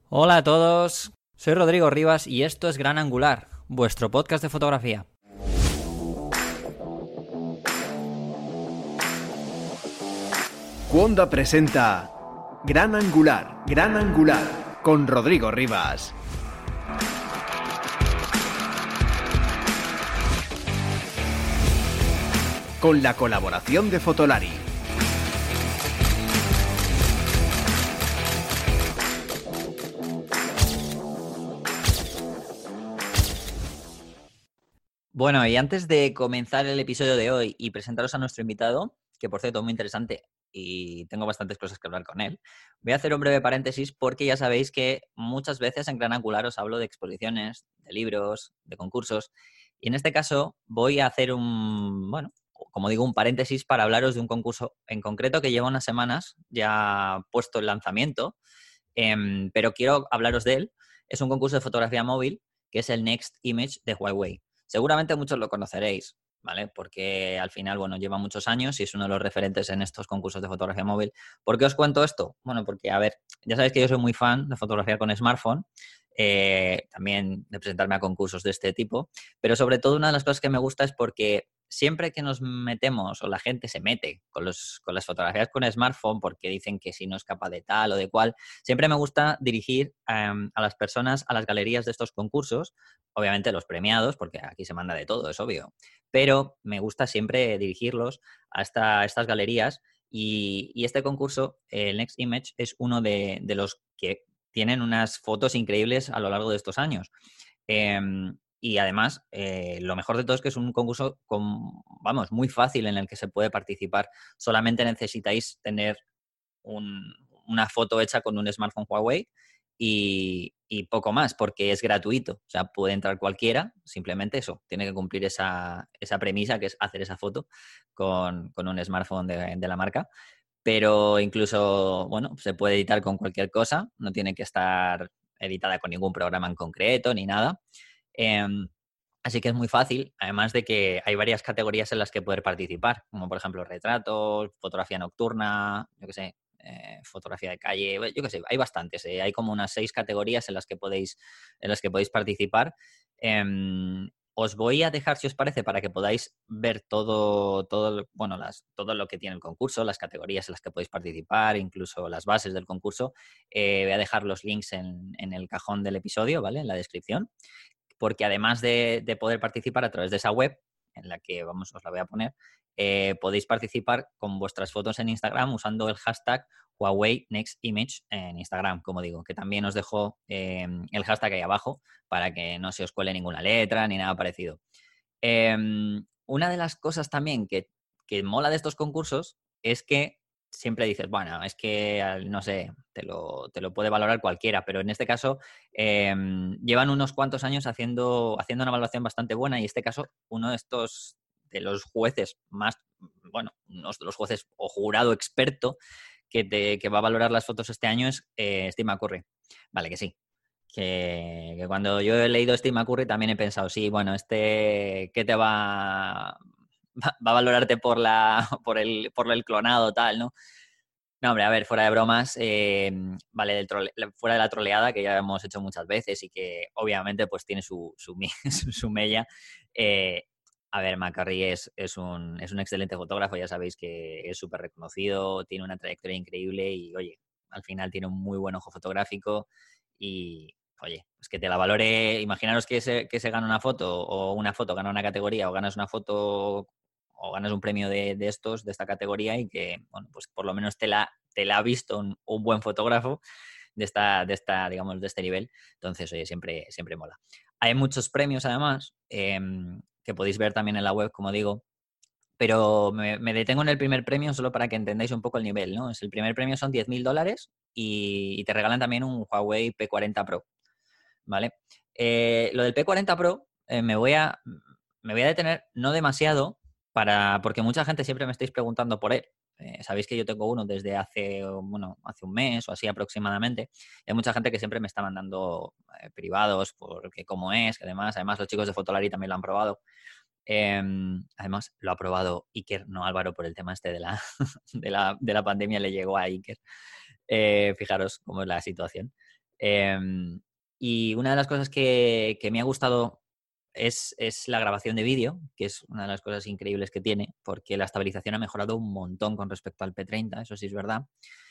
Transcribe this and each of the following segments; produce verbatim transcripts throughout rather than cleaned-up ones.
Hola a todos, soy Rodrigo Rivas y esto es Gran Angular, vuestro podcast de fotografía. Wanda presenta Gran Angular, Gran Angular, con Rodrigo Rivas. Con la colaboración de Fotolari. Bueno, y antes de comenzar el episodio de hoy y presentaros a nuestro invitado, que por cierto es muy interesante y tengo bastantes cosas que hablar con él, voy a hacer un breve paréntesis porque ya sabéis que muchas veces en Gran Angular os hablo de exposiciones, de libros, de concursos, y en este caso voy a hacer un, bueno, como digo, un paréntesis para hablaros de un concurso en concreto que lleva unas semanas ya puesto el lanzamiento, eh, pero quiero hablaros de él. Es un concurso de fotografía móvil que es el Next Image de Huawei. Seguramente muchos lo conoceréis, ¿vale? Porque al final, bueno, lleva muchos años y es uno de los referentes en estos concursos de fotografía móvil. ¿Por qué os cuento esto? Bueno, porque, a ver, ya sabéis que yo soy muy fan de fotografiar con smartphone, eh, también de presentarme a concursos de este tipo, pero sobre todo una de las cosas que me gusta es porque siempre que nos metemos o la gente se mete con, los, con las fotografías con smartphone porque dicen que si no es capaz de tal o de cual, siempre me gusta dirigir um, a las personas a las galerías de estos concursos, obviamente los premiados, porque aquí se manda de todo, es obvio, pero me gusta siempre dirigirlos a, esta, a estas galerías y, y este concurso, el Next Image, es uno de, de los que tienen unas fotos increíbles a lo largo de estos años. Eh, y además, eh, lo mejor de todo es que es un concurso con, vamos, muy fácil en el que se puede participar. Solamente necesitáis tener un, una foto hecha con un smartphone Huawei y, y poco más, porque es gratuito. O sea, puede entrar cualquiera, simplemente eso. Tiene que cumplir esa, esa premisa, que es hacer esa foto con, con un smartphone de, de la marca. Pero incluso, bueno, se puede editar con cualquier cosa. No tiene que estar editada con ningún programa en concreto ni nada. Eh, así que es muy fácil, además de que hay varias categorías en las que poder participar, como por ejemplo retratos, fotografía nocturna, yo qué sé, eh, fotografía de calle, yo qué sé, hay bastantes, eh, hay como unas seis categorías en las que podéis, en las que podéis participar. Eh, os voy a dejar, si os parece, para que podáis ver todo, todo, bueno, las, todo lo que tiene el concurso, las categorías en las que podéis participar, incluso las bases del concurso. Eh, voy a dejar los links en, en el cajón del episodio, ¿vale? En la descripción. Porque además de, de poder participar a través de esa web, en la que, vamos, os la voy a poner, eh, podéis participar con vuestras fotos en Instagram usando el hashtag Huawei Next Image en Instagram, como digo, que también os dejo eh, el hashtag ahí abajo para que no se os cuele ninguna letra ni nada parecido. Eh, una de las cosas también que, que mola de estos concursos es que siempre dices, bueno, es que, no sé, te lo, te lo puede valorar cualquiera, pero en este caso eh, llevan unos cuantos años haciendo, haciendo una evaluación bastante buena y en este caso uno de estos, de los jueces más, bueno, uno de los jueces o jurado experto que, te, que va a valorar las fotos este año es eh, Steve McCurry. Vale, que sí. Que, que cuando yo he leído Steve McCurry también he pensado, sí, bueno, este, ¿qué te va, va a valorarte por la por el, por el clonado tal, ¿no? No, hombre, a ver, fuera de bromas, eh, vale, del trole, fuera de la troleada que ya hemos hecho muchas veces y que obviamente pues tiene su, su, su, su mella. Eh, a ver, McCurry es, es, un, es un excelente fotógrafo, ya sabéis que es súper reconocido, tiene una trayectoria increíble y, oye, al final tiene un muy buen ojo fotográfico y, oye, pues que te la valore. Imaginaros que se, que se gana una foto o una foto gana una categoría o ganas una foto o ganas un premio de, de estos, de esta categoría y que, bueno, pues por lo menos te la, te la ha visto un, un buen fotógrafo de esta, de esta, digamos, de este nivel. Entonces, oye, siempre, siempre mola. Hay muchos premios, además, eh, que podéis ver también en la web, como digo, pero me, me detengo en el primer premio solo para que entendáis un poco el nivel, ¿no? Es el primer premio son diez mil dólares y, y te regalan también un Huawei P cuarenta Pro, ¿vale? Eh, lo del P cuarenta Pro eh, me, voy a, me voy a detener no demasiado para, porque mucha gente siempre me estáis preguntando por él. Eh, sabéis que yo tengo uno desde hace, bueno, hace un mes o así aproximadamente. Y hay mucha gente que siempre me está mandando eh, privados porque cómo es, que además, además los chicos de Fotolari también lo han probado. Eh, además, lo ha probado Iker, no Álvaro, por el tema este de la, de la, de la pandemia le llegó a Iker. Eh, fijaros cómo es la situación. Eh, y una de las cosas que, que me ha gustado es, es la grabación de vídeo, que es una de las cosas increíbles que tiene, porque la estabilización ha mejorado un montón con respecto al P treinta, eso sí es verdad.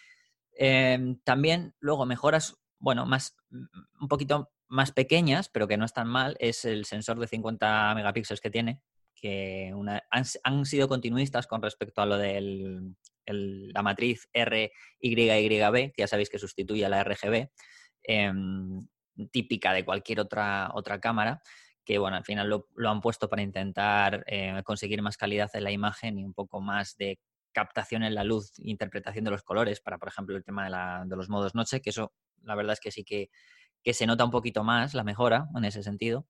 Eh, también luego mejoras, bueno, más, un poquito más pequeñas, pero que no están mal, es el sensor de cincuenta megapíxeles que tiene, que una, han, han sido continuistas con respecto a lo de la matriz R Y Y B, que ya sabéis que sustituye a la R G B, eh, típica de cualquier otra, otra cámara, que bueno, al final lo, lo han puesto para intentar eh, conseguir más calidad en la imagen y un poco más de captación en la luz, interpretación de los colores, para, por ejemplo, el tema de, la, de los modos noche, que eso, la verdad es que sí que, que se nota un poquito más la mejora en ese sentido.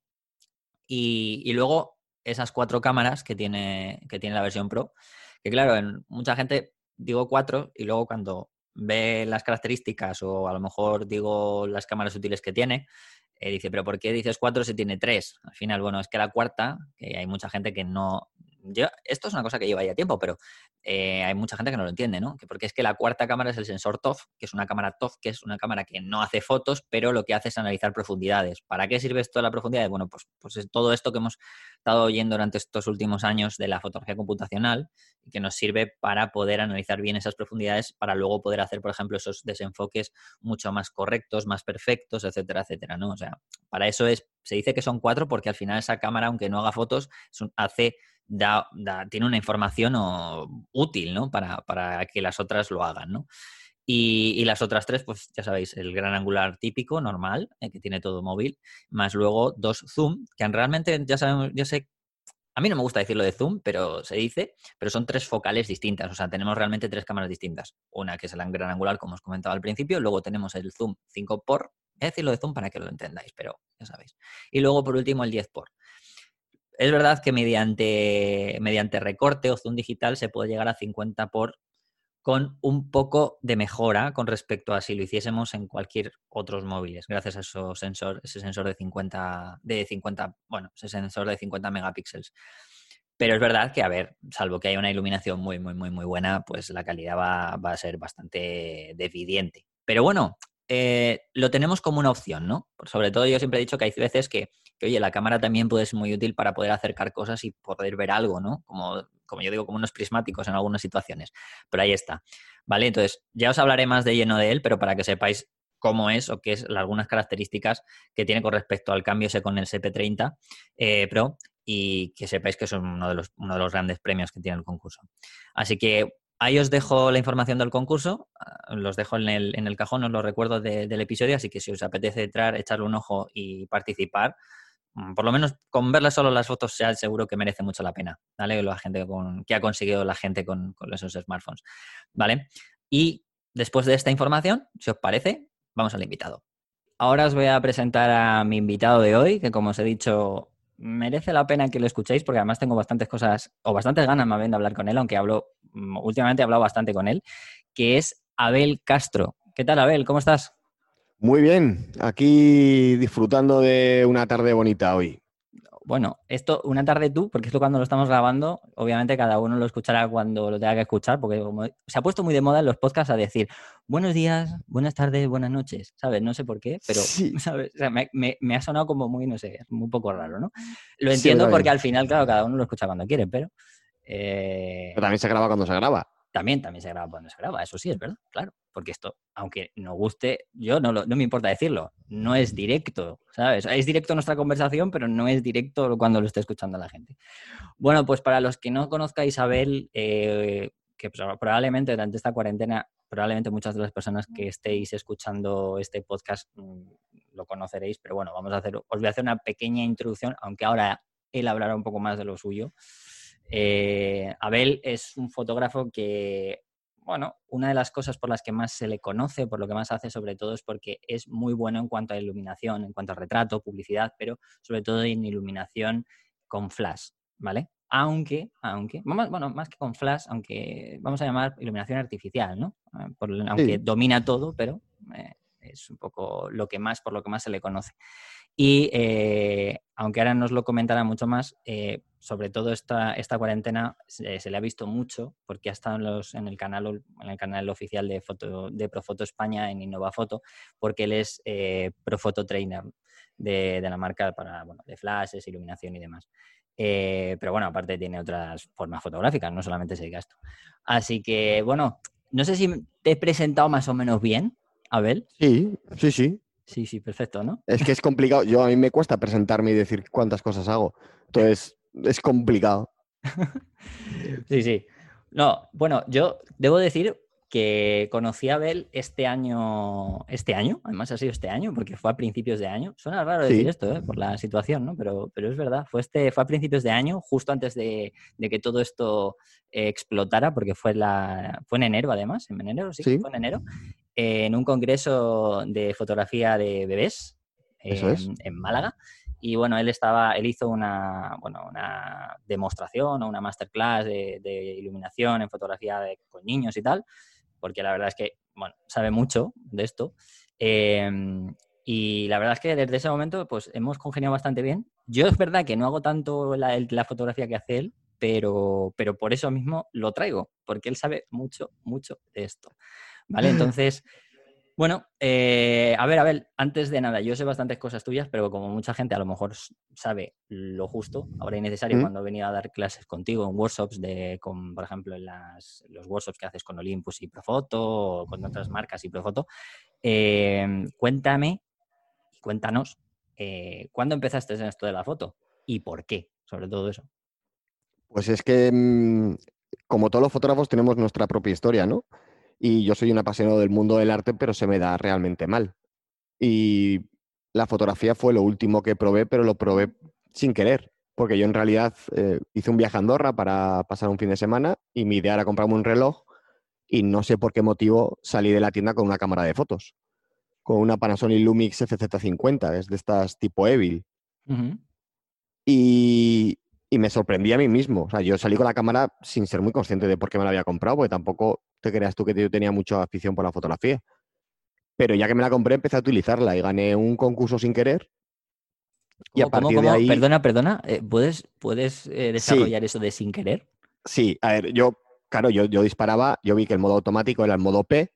Y, y luego esas cuatro cámaras que tiene, que tiene la versión Pro, que claro, en mucha gente digo cuatro y luego cuando ve las características o a lo mejor digo las cámaras útiles que tiene, eh, dice, pero ¿por qué dices cuatro si tiene tres? Al final, bueno, es que la cuarta, que hay mucha gente que no... Yo, esto es una cosa que lleva ya tiempo, pero eh, hay mucha gente que no lo entiende, ¿no? Que porque es que la cuarta cámara es el sensor T O F, que es una cámara T O F, que es una cámara que no hace fotos, pero lo que hace es analizar profundidades. ¿Para qué sirve esto de la profundidad? Bueno, pues, pues es todo esto que hemos estado oyendo durante estos últimos años de la fotografía computacional y que nos sirve para poder analizar bien esas profundidades para luego poder hacer, por ejemplo, esos desenfoques mucho más correctos, más perfectos, etcétera, etcétera, ¿no? O sea, para eso es, se dice que son cuatro porque al final esa cámara, aunque no haga fotos, un, hace, da, da, tiene una información o, útil, ¿no? Para, para que las otras lo hagan, ¿no? Y, y las otras tres, pues ya sabéis, el gran angular típico, normal, eh, que tiene todo móvil, más luego dos zoom, que realmente ya sabemos, ya sé, a mí no me gusta decirlo de zoom, pero se dice, pero son tres focales distintas, o sea, tenemos realmente tres cámaras distintas. Una que es el gran angular, como os comentaba al principio, luego tenemos el zoom cinco por, voy a decirlo de zoom para que lo entendáis, pero ya sabéis. Y luego, por último, el diez por. Es verdad que mediante, mediante recorte o zoom digital se puede llegar a cincuenta por con un poco de mejora con respecto a si lo hiciésemos en cualquier otros móviles, gracias a esos sensor, ese sensor de cincuenta, de cincuenta, bueno, ese sensor de cincuenta megapíxeles. Pero es verdad que, a ver, salvo que haya una iluminación muy, muy, muy, muy buena, pues la calidad va, va a ser bastante deficiente. Pero bueno, eh, lo tenemos como una opción, ¿no? Sobre todo yo siempre he dicho que hay veces que, que, oye, la cámara también puede ser muy útil para poder acercar cosas y poder ver algo, ¿no? Como, como yo digo, como unos prismáticos en algunas situaciones. Pero ahí está, ¿vale? Entonces, ya os hablaré más de lleno de él, pero para que sepáis cómo es o qué es algunas características que tiene con respecto al cambio ese con el S P treinta eh, Pro y que sepáis que son uno de, los, uno de los grandes premios que tiene el concurso. Así que ahí os dejo la información del concurso, los dejo en el, en el cajón, os lo recuerdo de, del episodio, así que si os apetece entrar, echarle un ojo y participar, por lo menos con verlas solo las fotos, sea seguro que merece mucho la pena, ¿vale? La gente con, que ha conseguido la gente con, con esos smartphones, ¿vale? Y después de esta información, si os parece, vamos al invitado. Ahora os voy a presentar a mi invitado de hoy, que como os he dicho, merece la pena que lo escuchéis, porque además tengo bastantes cosas, o bastantes ganas más bien de hablar con él, aunque hablo, últimamente he hablado bastante con él, que es Abel Castro. ¿Qué tal, Abel? ¿Cómo estás? Muy bien, aquí disfrutando de una tarde bonita hoy. Bueno, esto, una tarde tú, porque esto cuando lo estamos grabando, obviamente cada uno lo escuchará cuando lo tenga que escuchar, porque como se ha puesto muy de moda en los podcasts a decir buenos días, buenas tardes, buenas noches, ¿sabes? No sé por qué, pero Sí, ¿sabes? O sea, me, me, me ha sonado como muy, no sé, muy poco raro, ¿no? Lo sí, entiendo porque también. al final, claro, cada uno lo escucha cuando quiere, pero... Pero Eh, también se graba cuando se graba. También, también se graba cuando se graba, eso sí, es verdad, claro. Porque esto, aunque nos guste, yo no, lo, no me importa decirlo, no es directo, ¿sabes? Es directo nuestra conversación, pero no es directo cuando lo esté escuchando la gente. Bueno, pues para los que no conozcáis a Abel, eh, que probablemente durante esta cuarentena, probablemente muchas de las personas que estéis escuchando este podcast mmm, lo conoceréis, pero bueno, vamos a hacer, os voy a hacer una pequeña introducción, aunque ahora él hablará un poco más de lo suyo. Eh, Abel es un fotógrafo que, bueno, una de las cosas por las que más se le conoce, por lo que más hace sobre todo es porque es muy bueno en cuanto a iluminación, en cuanto a retrato, publicidad, pero sobre todo en iluminación con flash, ¿vale? Aunque, aunque, bueno, más que con flash, aunque vamos a llamar iluminación artificial, ¿no? Por, aunque Sí. domina todo, pero eh, es un poco lo que más, por lo que más se le conoce. Y eh, aunque ahora nos lo comentará mucho más, eh, sobre todo esta, esta cuarentena se, se le ha visto mucho porque ha estado en, los, en, el, canal, en el canal oficial de, foto, de Profoto España, en Innovafoto, porque él es eh, Profoto Trainer de, de la marca para, bueno, de flashes, iluminación y demás. Eh, pero bueno, aparte tiene otras formas fotográficas, no solamente se dedica a esto. Así que, bueno, no sé si te he presentado más o menos bien, Abel. Sí, sí, sí. Sí, sí, perfecto, ¿no? Es que es complicado. Yo a mí me cuesta presentarme y decir cuántas cosas hago. Entonces, es complicado. Sí, sí. No, bueno, yo debo decir que conocí a Abel este año, este año, además ha sido este año, porque fue a principios de año. Suena raro decir Sí. esto, ¿eh? Por la situación, ¿no? Pero, pero es verdad, fue, este, fue a principios de año, justo antes de, de que todo esto eh, explotara, porque fue, la, fue en enero, además, en enero, sí, Sí, fue en enero, eh, en un congreso de fotografía de bebés eso eh, es. en Málaga. Y bueno, él estaba, él hizo una, bueno, una demostración o una masterclass de, de iluminación en fotografía de, con niños y tal, porque la verdad es que, bueno, sabe mucho de esto. Eh, y la verdad es que desde ese momento, pues hemos congeniado bastante bien. Yo es verdad que no hago tanto la, la fotografía que hace él, pero, pero por eso mismo lo traigo, porque él sabe mucho, mucho de esto. ¿Vale? Entonces, bueno, eh, a ver, a ver, antes de nada, yo sé bastantes cosas tuyas, pero como mucha gente a lo mejor sabe lo justo, ahora y necesario, ¿Mm? cuando he venido a dar clases contigo en workshops, de, con, por ejemplo, en las, los workshops que haces con Olympus y Profoto, o con otras marcas y Profoto, eh, cuéntame y cuéntanos eh, cuándo empezaste en esto de la foto y por qué, sobre todo eso. Pues es que, mm, como todos los fotógrafos, tenemos nuestra propia historia, ¿no? Y yo soy un apasionado del mundo del arte, pero se me da realmente mal. Y la fotografía fue lo último que probé, pero lo probé sin querer, porque yo en realidad eh, hice un viaje a Andorra para pasar un fin de semana y mi idea era comprarme un reloj y no sé por qué motivo salí de la tienda con una cámara de fotos, con una Panasonic Lumix F Z cincuenta, es de estas tipo Evil. Uh-huh. Y, y me sorprendí a mí mismo. O sea, yo salí con la cámara sin ser muy consciente de por qué me la había comprado, porque tampoco te creas tú que yo tenía mucha afición por la fotografía. Pero ya que me la compré, empecé a utilizarla y gané un concurso sin querer. Y a ¿Cómo, cómo, partir de cómo? ahí, Perdona, perdona, eh, ¿puedes, puedes eh, sí, desarrollar eso de sin querer? sí. A ver, yo, claro, yo, yo disparaba, yo vi que el modo automático era el modo P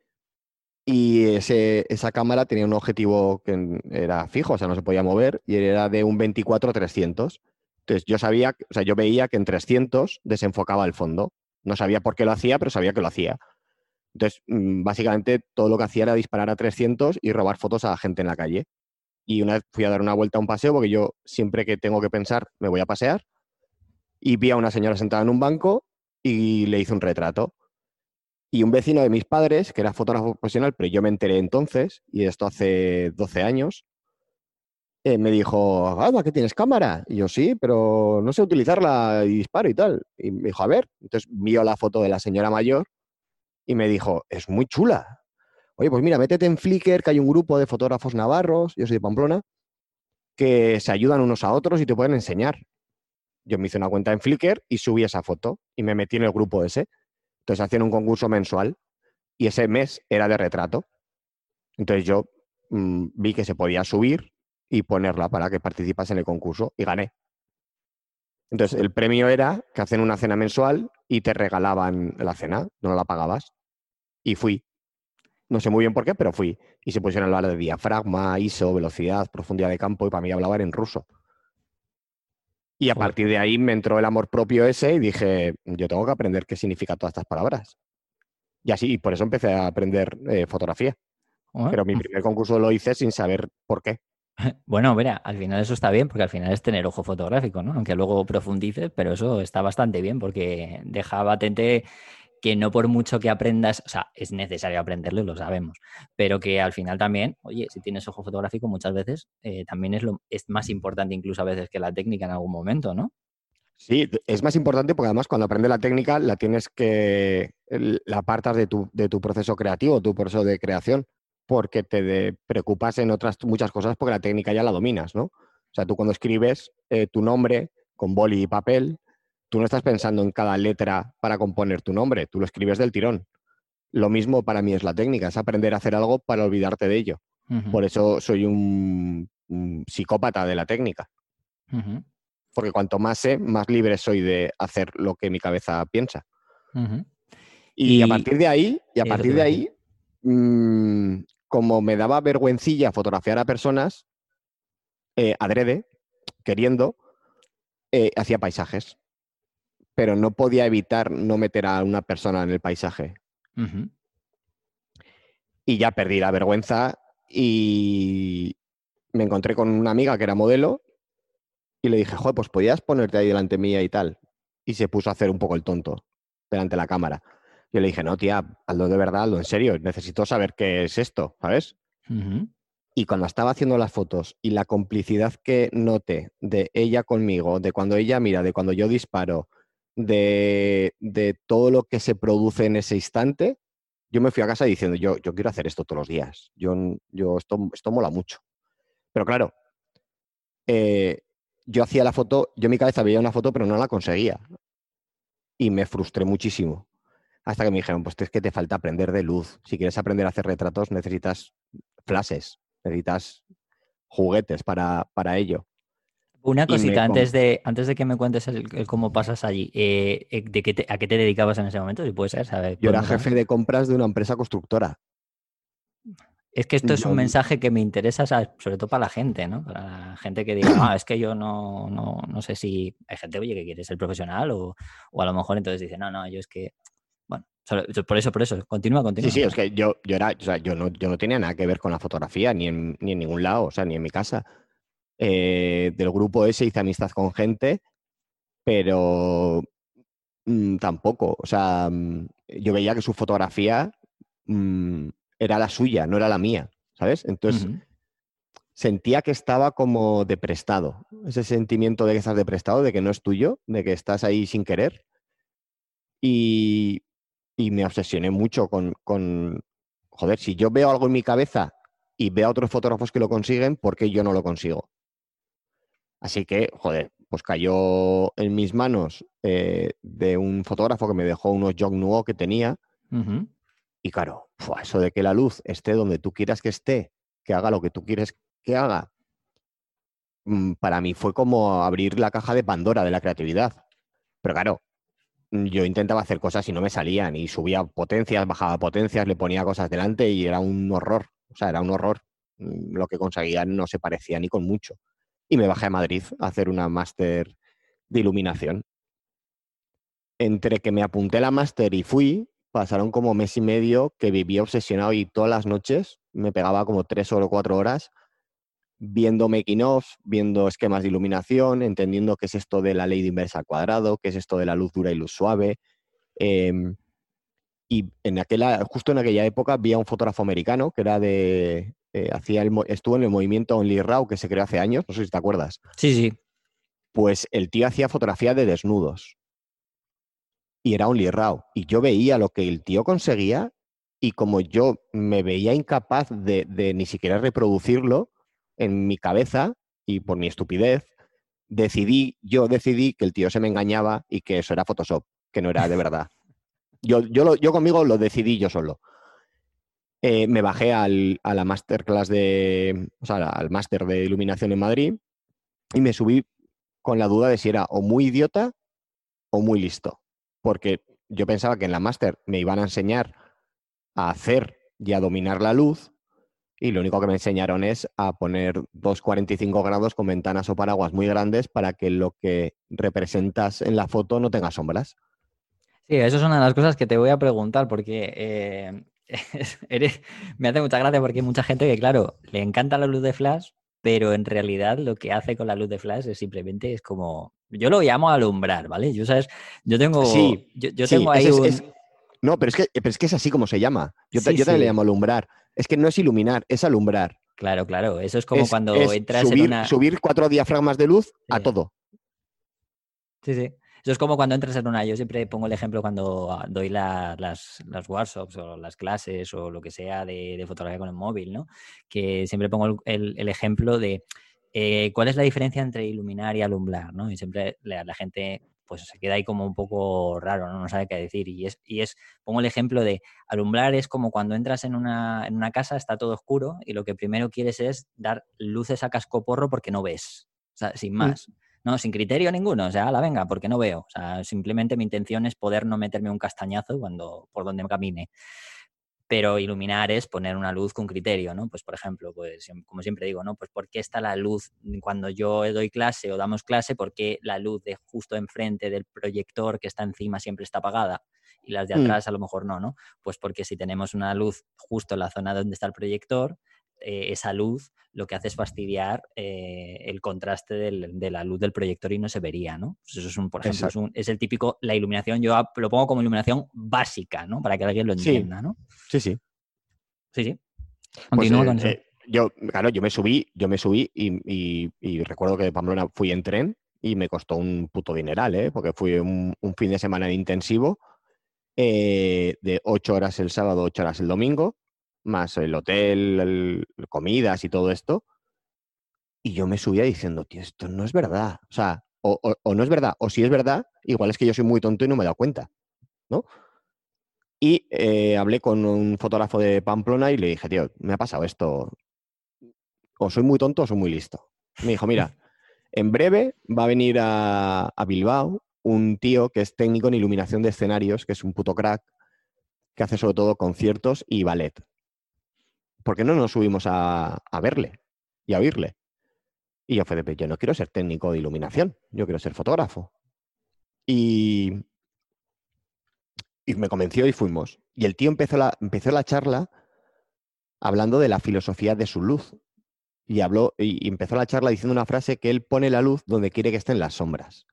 y ese, esa cámara tenía un objetivo que era fijo, o sea, no se podía mover y era de un veinticuatro trescientos. Entonces yo sabía, o sea, yo veía que en trescientos desenfocaba el fondo. No sabía por qué lo hacía, pero sabía que lo hacía. Entonces, mm, básicamente todo lo que hacía era disparar a trescientos y robar fotos a la gente en la calle. Y una vez fui a dar una vuelta a un paseo, porque yo siempre que tengo que pensar me voy a pasear, y vi a una señora sentada en un banco y le hice un retrato. Y un vecino de mis padres, que era fotógrafo profesional, pero yo me enteré entonces, y esto hace doce años, eh, me dijo, ah, ¿qué tienes cámara? Y yo, sí, pero no sé utilizarla y disparo y tal. Y me dijo, a ver. Entonces vio la foto de la señora mayor y me dijo, es muy chula. Oye, pues mira, métete en Flickr, que hay un grupo de fotógrafos navarros, yo soy de Pamplona, que se ayudan unos a otros y te pueden enseñar. Yo me hice una cuenta en Flickr y subí esa foto y me metí en el grupo ese. Entonces hacían un concurso mensual y ese mes era de retrato. Entonces yo mmm, vi que se podía subir y ponerla para que participase en el concurso y gané. Entonces el premio era que hacían una cena mensual y te regalaban la cena, no la pagabas. Y fui. No sé muy bien por qué, pero fui. Y se pusieron a hablar de diafragma, I S O, velocidad, profundidad de campo y para mí hablaban en ruso. Y a Joder. partir de ahí me entró el amor propio ese y dije, yo tengo que aprender qué significan todas estas palabras. Y así, y por eso empecé a aprender eh, fotografía. Joder. Pero mi primer concurso lo hice sin saber por qué. Bueno, mira, al final eso está bien, porque al final es tener ojo fotográfico, ¿no? Aunque luego profundices, pero eso está bastante bien, porque deja patente que no por mucho que aprendas, o sea, es necesario aprenderlo y lo sabemos, pero que al final también, oye, si tienes ojo fotográfico muchas veces eh, también es, lo, es más importante incluso a veces que la técnica en algún momento, ¿no? Sí, es más importante porque además cuando aprendes la técnica la tienes que, la apartas de tu, de tu proceso creativo, tu proceso de creación, porque te de, preocupas en otras muchas cosas porque la técnica ya la dominas, ¿no? O sea, tú cuando escribes eh, tu nombre con boli y papel, tú no estás pensando en cada letra para componer tu nombre, tú lo escribes del tirón. lo mismo para mí es la técnica, es aprender a hacer algo para olvidarte de ello. Uh-huh. Por eso soy un, un psicópata de la técnica. Uh-huh. Porque cuanto más sé, más libre soy de hacer lo que mi cabeza piensa. Uh-huh. Y, y a Y partir de ahí, y a eso te partir iba de a decir. ahí, mmm, como me daba vergüencilla fotografiar a personas, eh, adrede, queriendo, eh, hacía paisajes. Pero no podía evitar no meter a una persona en el paisaje. Uh-huh. Y ya perdí la vergüenza y me encontré con una amiga que era modelo y le dije, joder, pues podías ponerte ahí delante mía y tal. Y se puso a hacer un poco el tonto delante de la cámara. Yo le dije, no, tía, hazlo de verdad, hazlo en serio, necesito saber qué es esto, ¿sabes? Uh-huh. Y cuando estaba haciendo las fotos y la complicidad que noté de ella conmigo, de cuando ella mira, de cuando yo disparo, de, de todo lo que se produce en ese instante, yo me fui a casa diciendo, yo, yo quiero hacer esto todos los días. Yo, yo esto, esto mola mucho. Pero claro, eh, yo hacía la foto, yo en mi cabeza veía una foto, pero no la conseguía. Y me frustré muchísimo. Hasta que me dijeron, pues es que te falta aprender de luz. Si quieres aprender a hacer retratos, necesitas flashes, necesitas juguetes para, para ello. Una Y me cosita, com- antes de, antes de que me cuentes el, el cómo pasas allí, eh, eh, ¿de qué te- ¿a qué te dedicabas en ese momento? Si puede ser, ¿sabes? yo era ¿Podemos saber? jefe de compras de una empresa constructora. Es que esto es un Yo, mensaje que me interesa, ¿sabes? Sobre todo para la gente, ¿no? Para la gente que diga, ah, es que yo no, no, no sé si hay gente, oye, que quiere ser profesional o, o a lo mejor entonces dice, no, no, yo es que, bueno, solo- por eso, por eso, continúa, sí, continúa. sí, es que yo, yo era, o sea, yo no, yo no tenía nada que ver con la fotografía, ni en, ni en ningún lado, o sea, ni en mi casa. Eh, del grupo ese hice amistad con gente, pero mm, tampoco. O sea, mm, yo veía que su fotografía mm, era la suya, no era la mía, ¿sabes? Entonces Ujú. sentía que estaba como deprestado. Ese sentimiento de que estás deprestado, de que no es tuyo, de que estás ahí sin querer. Y, y me obsesioné mucho con, con, joder, si yo veo algo en mi cabeza y veo a otros fotógrafos que lo consiguen, ¿por qué yo no lo consigo? Así que, joder, pues cayó en mis manos eh, de un fotógrafo que me dejó unos Yongnuo que tenía. Ujú. Y claro, fua, eso de que la luz esté donde tú quieras que esté, que haga lo que tú quieres que haga, mm, para mí fue como abrir la caja de Pandora de la creatividad. Pero claro, mm, yo intentaba hacer cosas y no me salían, y subía potencias, bajaba potencias, le ponía cosas delante y era un horror. O sea, era un horror. Mm, Lo que conseguía no se parecía ni con mucho. Y me bajé a Madrid a hacer una máster de iluminación. Entre que me apunté a la máster y fui, pasaron como mes y medio que vivía obsesionado y todas las noches me pegaba como tres o cuatro horas viendo making of, viendo esquemas de iluminación, entendiendo qué es esto de la ley de inversa al cuadrado, qué es esto de la luz dura y luz suave. Eh, y en aquella, justo en aquella época había un fotógrafo americano que era de... eh, hacía el, estuvo en el movimiento Only Raw que se creó hace años, no sé si te acuerdas. Sí, sí. Pues el tío hacía fotografía de desnudos. Y era Only Raw. Y yo veía lo que el tío conseguía y como yo me veía incapaz de, de ni siquiera reproducirlo en mi cabeza y por mi estupidez, decidí, yo decidí que el tío se me engañaba y que eso era Photoshop, que no era de verdad. Yo, yo, lo, yo conmigo lo decidí yo solo. Eh, me bajé al, a la masterclass de, o sea, al máster de iluminación en Madrid y me subí con la duda de si era o muy idiota o muy listo. Porque yo pensaba que en la máster me iban a enseñar a hacer y a dominar la luz y lo único que me enseñaron es a poner dos cuarenta y cinco grados con ventanas o paraguas muy grandes para que lo que representas en la foto no tenga sombras. Sí, eso es una de las cosas que te voy a preguntar porque eh, eres, me hace mucha gracia porque hay mucha gente que, claro, le encanta la luz de flash, pero en realidad lo que hace con la luz de flash es simplemente es como, yo lo llamo alumbrar, ¿vale? Yo, ¿sabes? Yo tengo, Sí, yo, yo sí, tengo ese ahí es, es- un... no, pero es que, pero es que es así como se llama. Yo, ta- Sí, yo también le sí, llamo alumbrar. Es que no es iluminar, es alumbrar. claro, claro. Eso es como Es, cuando es entras en subir, una... subir cuatro diafragmas de luz a Sí. todo. Sí, sí. Eso es como cuando entras en una. Yo siempre pongo el ejemplo cuando ah, doy la- las, las workshops o las clases o lo que sea de, de fotografía con el móvil, ¿no? Que siempre pongo el, el- el ejemplo de eh, cuál es la diferencia entre iluminar y alumbrar, ¿no? Y siempre la, la gente pues se queda ahí como un poco raro, ¿no? No sabe qué decir. Y es, y es, pongo el ejemplo de alumbrar es como cuando entras en una, en una casa, está todo oscuro y lo que primero quieres es dar luces a cascoporro porque no ves, o sea, sin Mm. más. No, sin criterio ninguno, o sea, la venga, porque no veo. O sea, simplemente mi intención es poder no meterme un castañazo cuando, por donde camine. Pero iluminar es poner una luz con criterio, ¿no? Pues, por ejemplo, pues como siempre digo, ¿no? Pues ¿por qué está la luz cuando yo doy clase o damos clase? ¿Por qué la luz de justo enfrente del proyector que está encima siempre está apagada? Y las de Mm. atrás a lo mejor no, ¿no? Pues porque si tenemos una luz justo en la zona donde está el proyector, eh, esa luz lo que hace es fastidiar eh, el contraste del, de la luz del proyector y no se vería, ¿no? Pues eso es un, por ejemplo, es, un, es el típico, la iluminación, yo lo pongo como iluminación básica, ¿no? Para que alguien lo Sí, entienda, ¿no? sí, sí. Sí, sí. Pues Continúa eh, con eso. eh, yo, claro, yo me subí, yo me subí y, y- y recuerdo que de Pamplona fui en tren y me costó un puto dineral, ¿eh? Porque fui un, un fin de semana intensivo eh, de ocho horas el sábado, ocho horas el domingo, más el hotel, el- comidas y todo esto. Y yo me subía diciendo, tío, esto no es verdad. O sea, o, o- o no es verdad, o si es verdad, igual es que yo soy muy tonto y no me he dado cuenta, ¿no? Y eh, hablé con un fotógrafo de Pamplona y le dije, tío, me ha pasado esto. O soy muy tonto o soy muy listo. Me dijo, mira, en breve va a venir a, a Bilbao un tío que es técnico en iluminación de escenarios, que es un puto crack, que hace sobre todo conciertos y ballet. ¿Por qué no nos subimos a, a verle y a oírle? Y yo fue de, yo no quiero ser técnico de iluminación, yo quiero ser fotógrafo. Y, y me convenció y fuimos. Y el tío empezó la, empezó la charla hablando de la filosofía de su luz. Y habló y empezó la charla diciendo una frase que él pone la luz donde quiere que estén las sombras.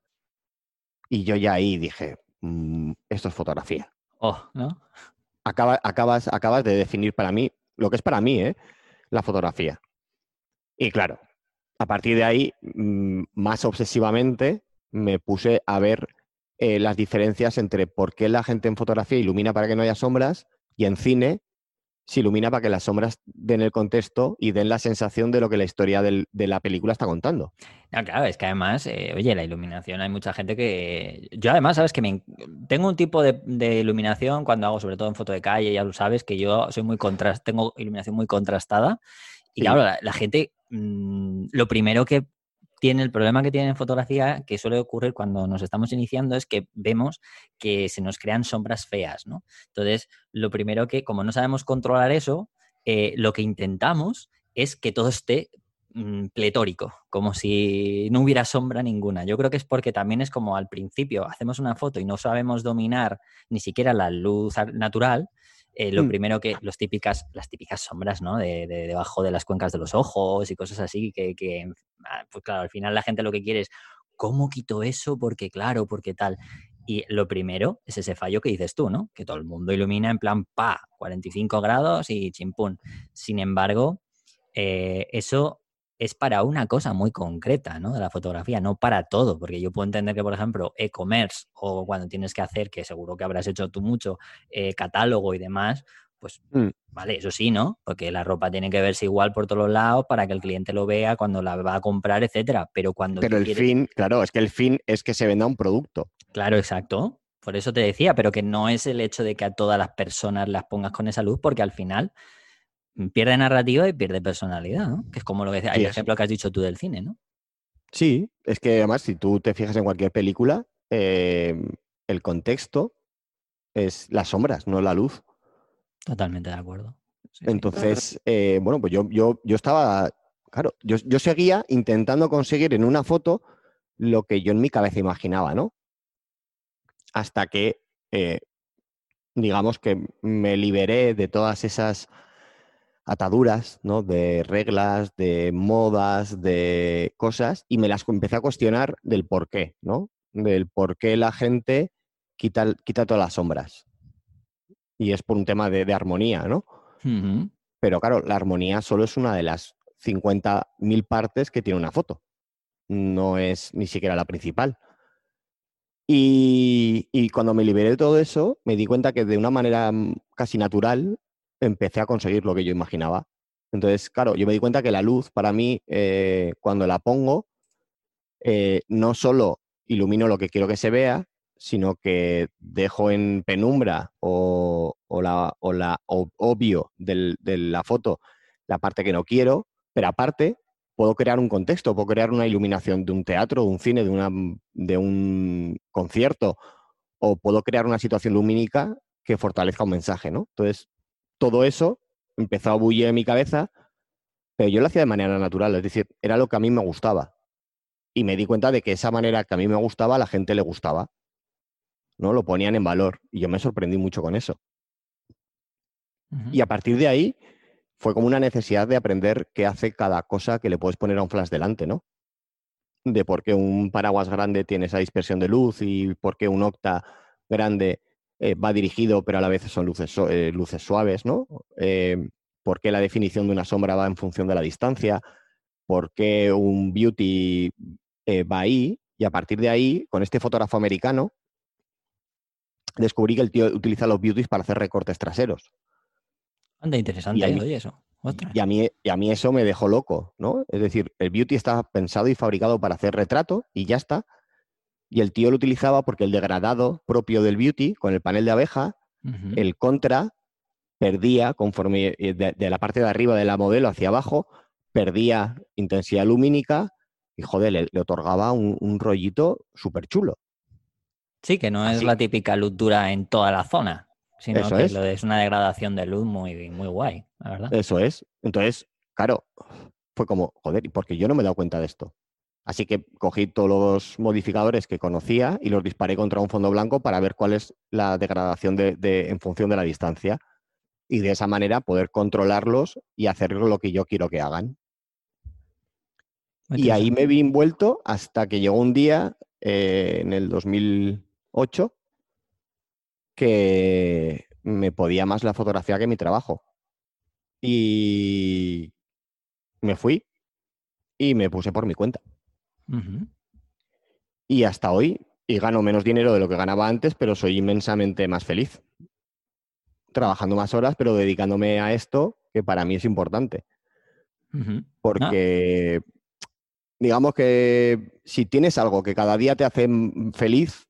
Y yo ya ahí dije, mmm, esto es fotografía. Oh, ¿no? Acaba, acabas, acabas de definir para mí lo que es para mí, ¿eh? La fotografía. Y claro, a partir de ahí, mmm, más obsesivamente, me puse a ver eh, las diferencias entre por qué la gente en fotografía ilumina para que no haya sombras y en cine se ilumina para que las sombras den el contexto y den la sensación de lo que la historia del, de la película está contando. No, claro, es que además, eh, oye, la iluminación, hay mucha gente que... Yo además, sabes que me... en- tengo un tipo de, de iluminación cuando hago, sobre todo en foto de calle, ya lo sabes, que yo soy muy contrast... tengo iluminación muy contrastada. Y Sí. claro, la, la gente, mmm, lo primero que tiene, el problema que tiene en fotografía, que suele ocurrir cuando nos estamos iniciando, es que vemos que se nos crean sombras feas, ¿no? Entonces, lo primero que, como no sabemos controlar eso, eh, lo que intentamos es que todo esté mm, pletórico, como si no hubiera sombra ninguna. Yo creo que es porque también es como al principio hacemos una foto y no sabemos dominar ni siquiera la luz ar- natural. Eh, lo Mm. primero que los típicas, las típicas sombras, ¿no? De, de- debajo de las cuencas de los ojos y cosas así, que, que, ah, pues claro, al final la gente lo que quiere es, ¿cómo quito eso? Porque claro, porque tal. Y lo primero es ese fallo que dices tú, ¿no? Que todo el mundo ilumina en plan, pa, cuarenta y cinco grados y chimpún. Sin embargo, eh, eso es para una cosa muy concreta, ¿no? De la fotografía, no para todo, porque yo puedo entender que, por ejemplo, e-commerce o cuando tienes que hacer, que seguro que habrás hecho tú mucho, eh, catálogo y demás, pues Mm. vale, eso sí, ¿no? Porque la ropa tiene que verse igual por todos los lados para que el cliente lo vea cuando la va a comprar, etcétera. Pero cuando Pero tú el quieres, fin, claro, es que el fin es que se venda un producto. claro, exacto. Por eso te decía, pero que no es el hecho de que a todas las personas las pongas con esa luz, porque al final pierde narrativa y pierde personalidad, ¿no? Que es como lo que Sí, el es, ejemplo que has dicho tú del cine, ¿no? sí, es que además si tú te fijas en cualquier película, eh, el contexto es las sombras, no la luz. Totalmente de acuerdo. Sí, sí. Entonces, eh, bueno, pues yo, yo, yo estaba, claro, yo, yo seguía intentando conseguir en una foto lo que yo en mi cabeza imaginaba, ¿no? Hasta que, eh, digamos que me liberé de todas esas ataduras, ¿no? De reglas, de modas, de cosas, y me las empecé a cuestionar del por qué, ¿no? Del por qué la gente quita, quita todas las sombras. Y es por un tema de, de armonía, ¿no? Ujú. Pero claro, la armonía solo es una de las cincuenta mil partes que tiene una foto. No es ni siquiera la principal. Y, y cuando me liberé de todo eso, me di cuenta que de una manera mm, casi natural empecé a conseguir lo que yo imaginaba. Entonces, claro, yo me di cuenta que la luz, para mí, eh, cuando la pongo, eh, no solo ilumino lo que quiero que se vea, sino que dejo en penumbra o, o la, o la o- obvio del- de la foto la parte que no quiero, pero aparte puedo crear un contexto, puedo crear una iluminación de un teatro, de un cine, de, una, de un concierto, o puedo crear una situación lumínica que fortalezca un mensaje, ¿no? Entonces, todo eso empezó a bullir en mi cabeza, pero yo lo hacía de manera natural, es decir, era lo que a mí me gustaba. Y me di cuenta de que esa manera que a mí me gustaba, a la gente le gustaba, ¿no? Lo ponían en valor. Y yo me sorprendí mucho con eso. Ujú. Y a partir de ahí fue como una necesidad de aprender qué hace cada cosa que le puedes poner a un flash delante, ¿no? De por qué un paraguas grande tiene esa dispersión de luz y por qué un octa grande eh, va dirigido, pero a la vez son luces, su- eh, luces suaves, ¿no? Eh, por qué la definición de una sombra va en función de la distancia, por qué un beauty eh, va ahí. Y a partir de ahí, con este fotógrafo americano, descubrí que el tío utiliza los beauties para hacer recortes traseros. Anda, Y a interesante, ¿eh? mí, Oye, eso. Ostras. y a mí, y a mí eso me dejó loco, ¿no? Es decir, el beauty está pensado y fabricado para hacer retrato y ya está. Y el tío lo utilizaba porque el degradado propio del beauty, con el panel de abeja, Ujú. el contra perdía, conforme eh, de, de la parte de arriba de la modelo hacia abajo, perdía intensidad lumínica y, joder, le, le otorgaba un, un rollito súper chulo. Sí, que no es Así, la típica luz dura en toda la zona, sino eso que es, lo es una degradación de luz muy, muy guay, la verdad. eso es. Entonces, claro, fue como, joder, ¿y por qué yo no me he dado cuenta de esto? Así que cogí todos los modificadores que conocía y los disparé contra un fondo blanco para ver cuál es la degradación de, de, en función de la distancia. Y de esa manera poder controlarlos y hacer lo que yo quiero que hagan. Muy Y ahí interesante. me vi envuelto hasta que llegó un día, eh, en el dos mil ocho, que me podía más la fotografía que mi trabajo. Y me fui y me puse por mi cuenta. Ujú. Y hasta hoy, y gano menos dinero de lo que ganaba antes, pero soy inmensamente más feliz. Trabajando más horas, pero dedicándome a esto, que para mí es importante. Ujú. No, Porque digamos que si tienes algo que cada día te hace mm, feliz,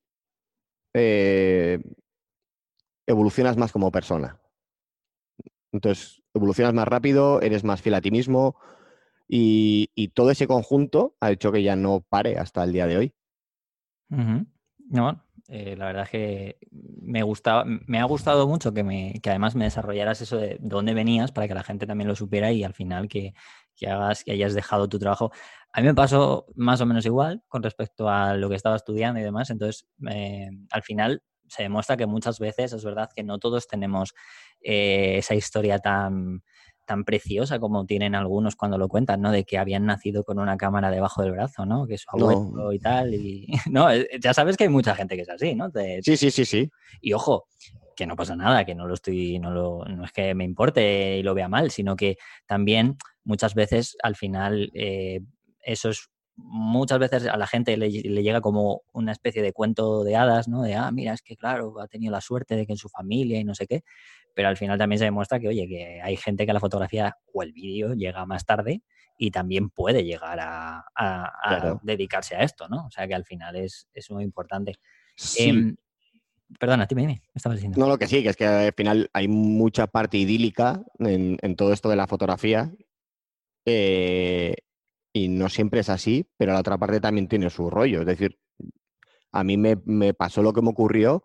eh, evolucionas más como persona. Entonces, evolucionas más rápido, eres más fiel a ti mismo y, y todo ese conjunto ha hecho que ya no pare hasta el día de hoy. ujú. No, eh, la verdad es que me gustaba, me ha gustado mucho que me, que además me desarrollaras eso de dónde venías para que la gente también lo supiera y al final que, que hagas, que hayas dejado tu trabajo. A mí me pasó más o menos igual con respecto a lo que estaba estudiando y demás. Entonces, eh, al final se demuestra que muchas veces es verdad que no todos tenemos eh, esa historia tan tan preciosa como tienen algunos cuando lo cuentan, ¿no? De que habían nacido con una cámara debajo del brazo, ¿no? Que su abuelo No, y tal. Y no, eh, ya sabes que hay mucha gente que es así, ¿no? De- sí, sí, sí, sí. y ojo, que no pasa nada, que no lo estoy, no lo, no es que me importe y lo vea mal, sino que también muchas veces al final eh, eso es muchas veces a la gente le, le llega como una especie de cuento de hadas, ¿no? De, ah, mira, es que claro, ha tenido la suerte de que en su familia y no sé qué, pero al final también se demuestra que, oye, que hay gente que la fotografía o el vídeo llega más tarde y también puede llegar a, a- a Claro. dedicarse a esto, ¿no? O sea que al final es, es muy importante. Sí, Em, Perdona, dime, dime, me estabas diciendo. no, lo que sí, que es que al final hay mucha parte idílica en, en todo esto de la fotografía, eh, y no siempre es así, pero la otra parte también tiene su rollo. Es decir, a mí me, me pasó lo que me ocurrió,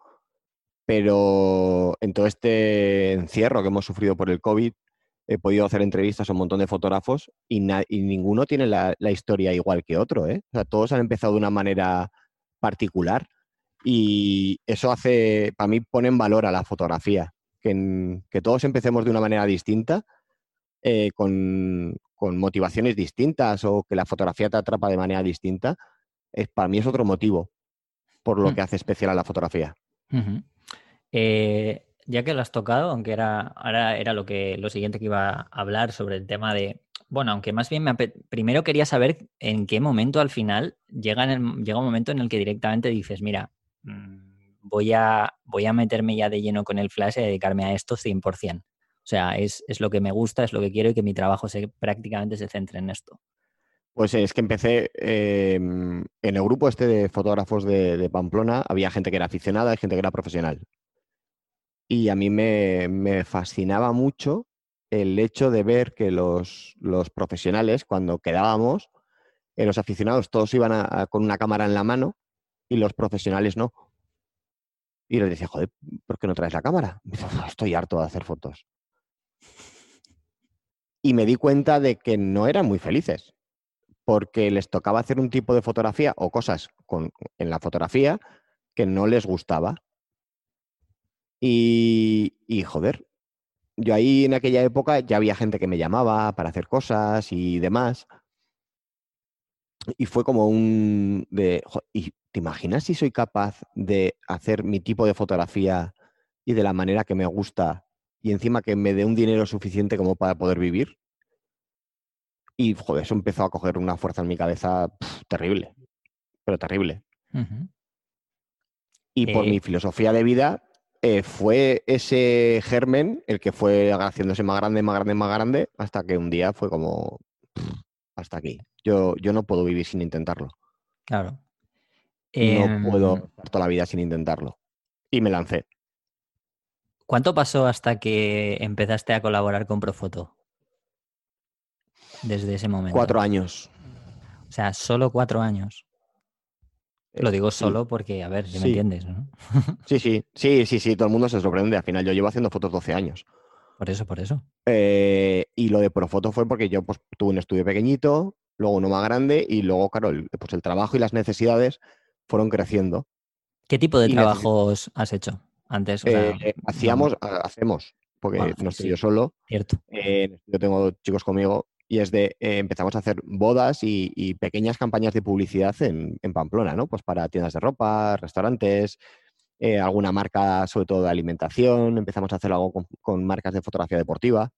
pero en todo este encierro que hemos sufrido por el COVID, he podido hacer entrevistas a un montón de fotógrafos y, na- y ninguno tiene la, la historia igual que otro, ¿eh? O sea, todos han empezado de una manera particular y eso hace, para mí, pone en valor a la fotografía, que, en- que todos empecemos de una manera distinta, eh, con, con motivaciones distintas o que la fotografía te atrapa de manera distinta, es, para mí es otro motivo por lo Mm, que hace especial a la fotografía. ujú. Eh, ya que lo has tocado, aunque era, ahora era lo que, lo siguiente que iba a hablar sobre el tema de, bueno, aunque más bien me ape- primero quería saber en qué momento al final llega, en el- llega un momento en el que directamente dices, mira, mm, voy a, voy a meterme ya de lleno con el flash y a dedicarme a esto cien por ciento. O sea, es, es lo que me gusta, es lo que quiero y que mi trabajo se, prácticamente se centre en esto. Pues es que empecé eh, en el grupo este de fotógrafos de, de Pamplona, había gente que era aficionada y gente que era profesional. Y a mí me, me fascinaba mucho el hecho de ver que los, los profesionales, cuando quedábamos, eh, los aficionados todos iban a- a- con una cámara en la mano y los profesionales no. Y les decía, joder, ¿por qué no traes la cámara? Y dice, "Uf, estoy harto de hacer fotos". Y me di cuenta de que no eran muy felices, porque les tocaba hacer un tipo de fotografía o cosas con, en la fotografía que no les gustaba. Y, y, joder, yo ahí en aquella época ya había gente que me llamaba para hacer cosas y demás. Y fue como un de, jo, ¿y te imaginas si soy capaz de hacer mi tipo de fotografía y de la manera que me gusta y encima que me dé un dinero suficiente como para poder vivir? Y joder, eso empezó a coger una fuerza en mi cabeza pf, terrible, pero terrible. Ujú. Y por mi Eh, filosofía de vida eh, fue ese germen el que fue haciéndose más grande, más grande, más grande, hasta que un día fue como, pf, hasta aquí. Yo, yo no puedo vivir sin intentarlo. claro. No puedo Em, estar toda la vida sin intentarlo. Y me lancé. ¿Cuánto pasó hasta que empezaste a colaborar con Profoto desde ese momento? Cuatro años. O sea, solo cuatro años. Lo Eh, digo sí, solo porque, a ver, si me sí, entiendes, ¿no? sí, sí, sí, sí, sí, todo el mundo se sorprende. Al final yo llevo haciendo fotos doce años. Por eso, por eso. Eh, y lo de Profoto fue porque yo pues, tuve un estudio pequeñito, luego uno más grande y luego, claro, el, pues el trabajo y las necesidades fueron creciendo. ¿Qué tipo de Y necesi- trabajos has hecho antes? O sea, eh, no, hacíamos, ha- hacemos, porque bueno, no estoy yo sí, solo, cierto. eh, yo tengo chicos conmigo y es de, eh, empezamos a hacer bodas y, y pequeñas campañas de publicidad en, en Pamplona, ¿no? Pues para tiendas de ropa, restaurantes, eh, alguna marca sobre todo de alimentación, empezamos a hacer algo con, con marcas de fotografía deportiva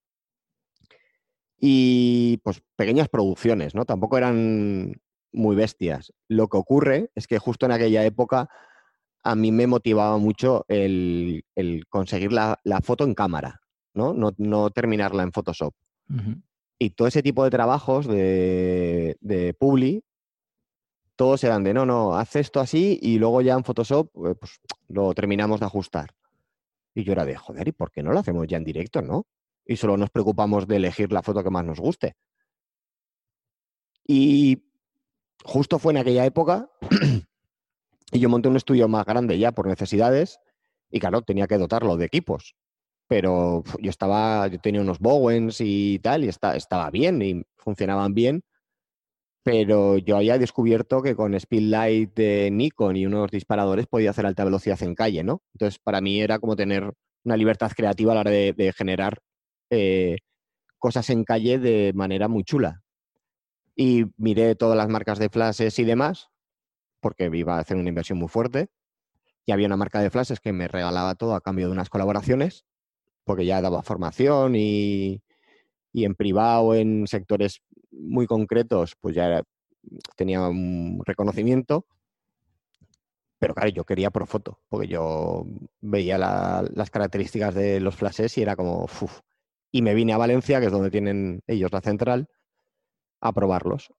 y pues pequeñas producciones, ¿no? Tampoco eran muy bestias. Lo que ocurre es que justo en aquella época a mí me motivaba mucho el, el conseguir la, la foto en cámara, ¿no? No, no terminarla en Photoshop. Ujú. Y todo ese tipo de trabajos de, de Publi, todos eran de, no, no, haz esto así y luego ya en Photoshop eh, pues, lo terminamos de ajustar. Y yo era de, joder, ¿y por qué no lo hacemos ya en directo, no? Y solo nos preocupamos de elegir la foto que más nos guste. Y justo fue en aquella época y yo monté un estudio más grande ya por necesidades y claro, tenía que dotarlo de equipos. Pero uf, yo estaba, yo tenía unos Bowens y tal y está, estaba bien y funcionaban bien. Pero yo había descubierto que con Speedlight de Nikon y unos disparadores podía hacer alta velocidad en calle, ¿no? Entonces, para mí era como tener una libertad creativa a la hora de, de generar eh, cosas en calle de manera muy chula. Y miré todas las marcas de flashes y demás, porque iba a hacer una inversión muy fuerte. Y había una marca de flashes que me regalaba todo a cambio de unas colaboraciones, porque ya daba formación y, y en privado, en sectores muy concretos, pues ya era- tenía un reconocimiento. Pero claro, yo quería Profoto, porque yo veía la- las características de los flashes y era como, uf. Y me vine a Valencia, que es donde tienen ellos la central, a probarlos.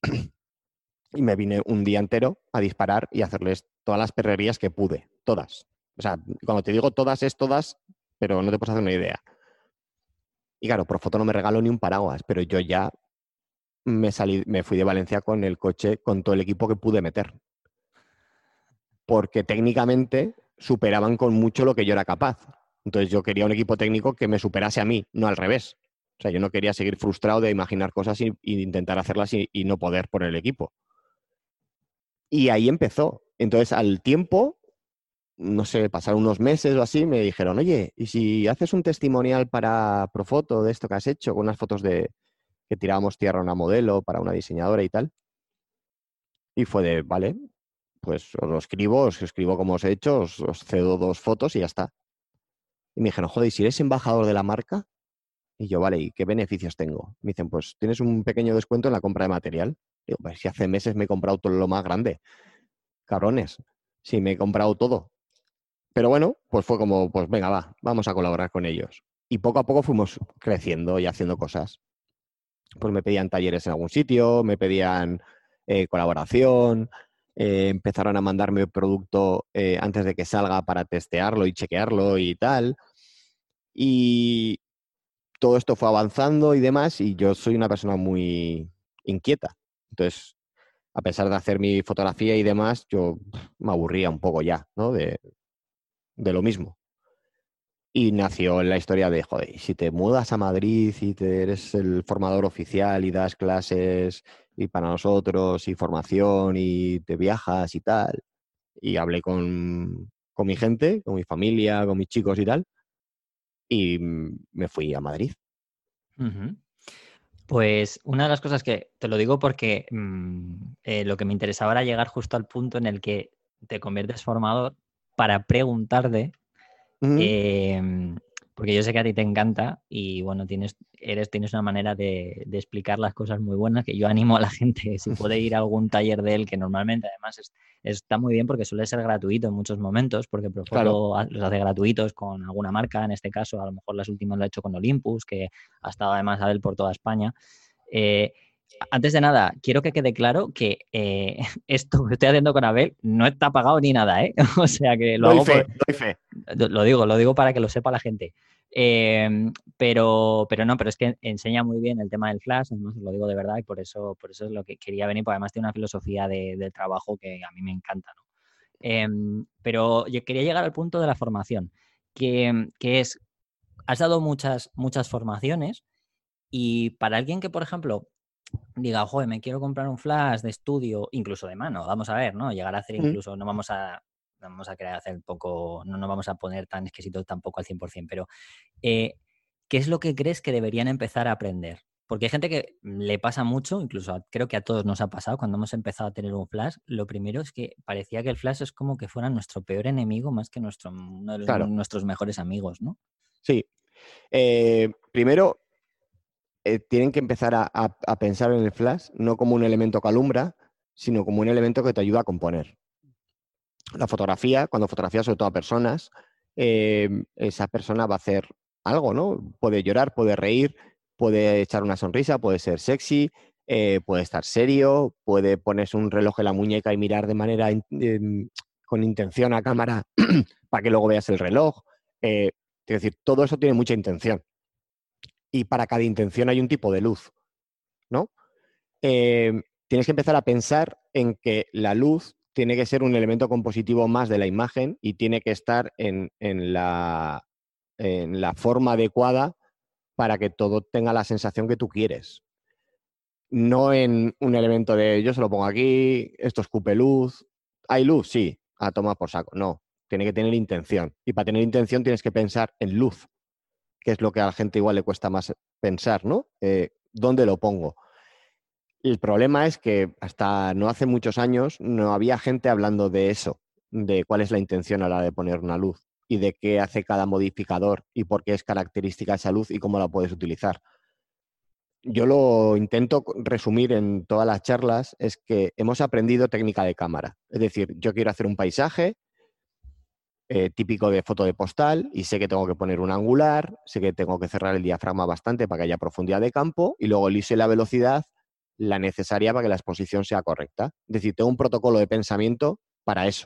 Y me vine un día entero a disparar y hacerles todas las perrerías que pude, todas. O sea, cuando te digo todas es todas, pero no te puedes hacer una idea. Y claro, Profoto no me regaló ni un paraguas, pero yo ya me salí, me fui de Valencia con el coche, con todo el equipo que pude meter. Porque técnicamente superaban con mucho lo que yo era capaz. Entonces yo quería un equipo técnico que me superase a mí, no al revés. O sea, yo no quería seguir frustrado de imaginar cosas y, y intentar hacerlas y, y no poder por el equipo. Y ahí empezó. Entonces, al tiempo, no sé, pasaron unos meses o así, me dijeron, oye, ¿y si haces un testimonial para Profoto de esto que has hecho, con unas fotos de que tirábamos tierra a una modelo para una diseñadora y tal? Y fue de, vale, pues os lo escribo, os escribo como os he hecho, os, os cedo dos fotos y ya está. Y me dijeron, joder, ¿y si eres embajador de la marca? Y yo, vale, ¿y qué beneficios tengo? Me dicen, pues tienes un pequeño descuento en la compra de material. Digo, pues si hace meses me he comprado todo lo más grande. Cabrones, sí, me he comprado todo. Pero bueno, pues fue como, pues venga, va, vamos a colaborar con ellos. Y poco a poco fuimos creciendo y haciendo cosas. pues me pedían talleres en algún sitio, me pedían eh, colaboración, eh, empezaron a mandarme el producto eh, antes de que salga para testearlo y chequearlo y tal. Y todo esto fue avanzando y demás, y yo soy una persona muy inquieta. Entonces, a pesar de hacer mi fotografía y demás, yo pff, me aburría un poco ya, ¿no? De, de lo mismo. Y nació la historia de, joder, si te mudas a Madrid y te eres el formador oficial y das clases y para nosotros y formación y te viajas y tal. Y hablé con, con mi gente, con mi familia, con mis chicos y tal. Y mm, me fui a Madrid. Ujú. Pues una de las cosas que te lo digo porque mm, eh, lo que me interesaba era llegar justo al punto en el que te conviertes formador para preguntarte, Ujú. eh, porque yo sé que a ti te encanta y bueno, tienes, eres, tienes una manera de, de explicar las cosas muy buenas que yo animo a la gente, si puede ir a algún taller de él, que normalmente además es- está muy bien porque suele ser gratuito en muchos momentos, porque Claro, Profoto ha- los hace gratuitos con alguna marca, en este caso a lo mejor las últimas lo ha hecho con Olympus, que ha estado además a él por toda España. Eh, Antes de nada, quiero que quede claro que eh, esto que estoy haciendo con Abel no está pagado ni nada, ¿eh? O sea que lo doy hago fe, por, doy fe. lo digo, lo digo para que lo sepa la gente. Eh, pero, pero no, pero es que enseña muy bien el tema del flash, además os lo digo de verdad, y por eso, por eso es lo que quería venir, porque además tiene una filosofía de, de trabajo que a mí me encanta, ¿no? Eh, pero yo quería llegar al punto de la formación, que, que es, has dado muchas, muchas formaciones y para alguien que, por ejemplo, diga, joder, me quiero comprar un flash de estudio, incluso de mano, vamos a ver, ¿no? Llegar a hacer Mm. incluso, no vamos a, no vamos a querer hacer poco, no nos vamos a poner tan exquisitos tampoco al cien por ciento, pero eh, ¿qué es lo que crees que deberían empezar a aprender? Porque hay gente que le pasa mucho, incluso a- creo que a todos nos ha pasado cuando hemos empezado a tener un flash. Lo primero es que parecía que el flash es como que fuera nuestro peor enemigo más que nuestro, uno de Claro, nuestros mejores amigos, ¿no? sí. Eh, primero, eh, tienen que empezar a, a- a pensar en el flash no como un elemento que alumbra, sino como un elemento que te ayuda a componer. La fotografía, cuando fotografías sobre todo a personas, eh, esa persona va a hacer algo, ¿no? Puede llorar, puede reír, puede echar una sonrisa, puede ser sexy, eh, puede estar serio, puede ponerse un reloj en la muñeca y mirar de manera in- em, con intención a cámara para que luego veas el reloj. Eh, es decir, todo eso tiene mucha intención. Y para cada intención hay un tipo de luz, ¿no? Eh, tienes que empezar a pensar en que la luz tiene que ser un elemento compositivo más de la imagen y tiene que estar en, en la, en la forma adecuada para que todo tenga la sensación que tú quieres. No en un elemento de yo se lo pongo aquí, esto escupe luz. ¿Hay luz? Sí, a tomar por saco. No, tiene que tener intención. Y para tener intención tienes que pensar en luz, que es lo que a la gente igual le cuesta más pensar, ¿no? Eh, ¿dónde lo pongo? El problema es que hasta no hace muchos años no había gente hablando de eso, de cuál es la intención a la hora de poner una luz y de qué hace cada modificador y por qué es característica esa luz y cómo la puedes utilizar. Yo lo intento resumir en todas las charlas, es que hemos aprendido técnica de cámara. Es decir, yo quiero hacer un paisaje eh, típico de foto de postal y sé que tengo que poner un angular, sé que tengo que cerrar el diafragma bastante para que haya profundidad de campo y luego el I S O y la velocidad la necesaria para que la exposición sea correcta. Es decir, tengo un protocolo de pensamiento para eso,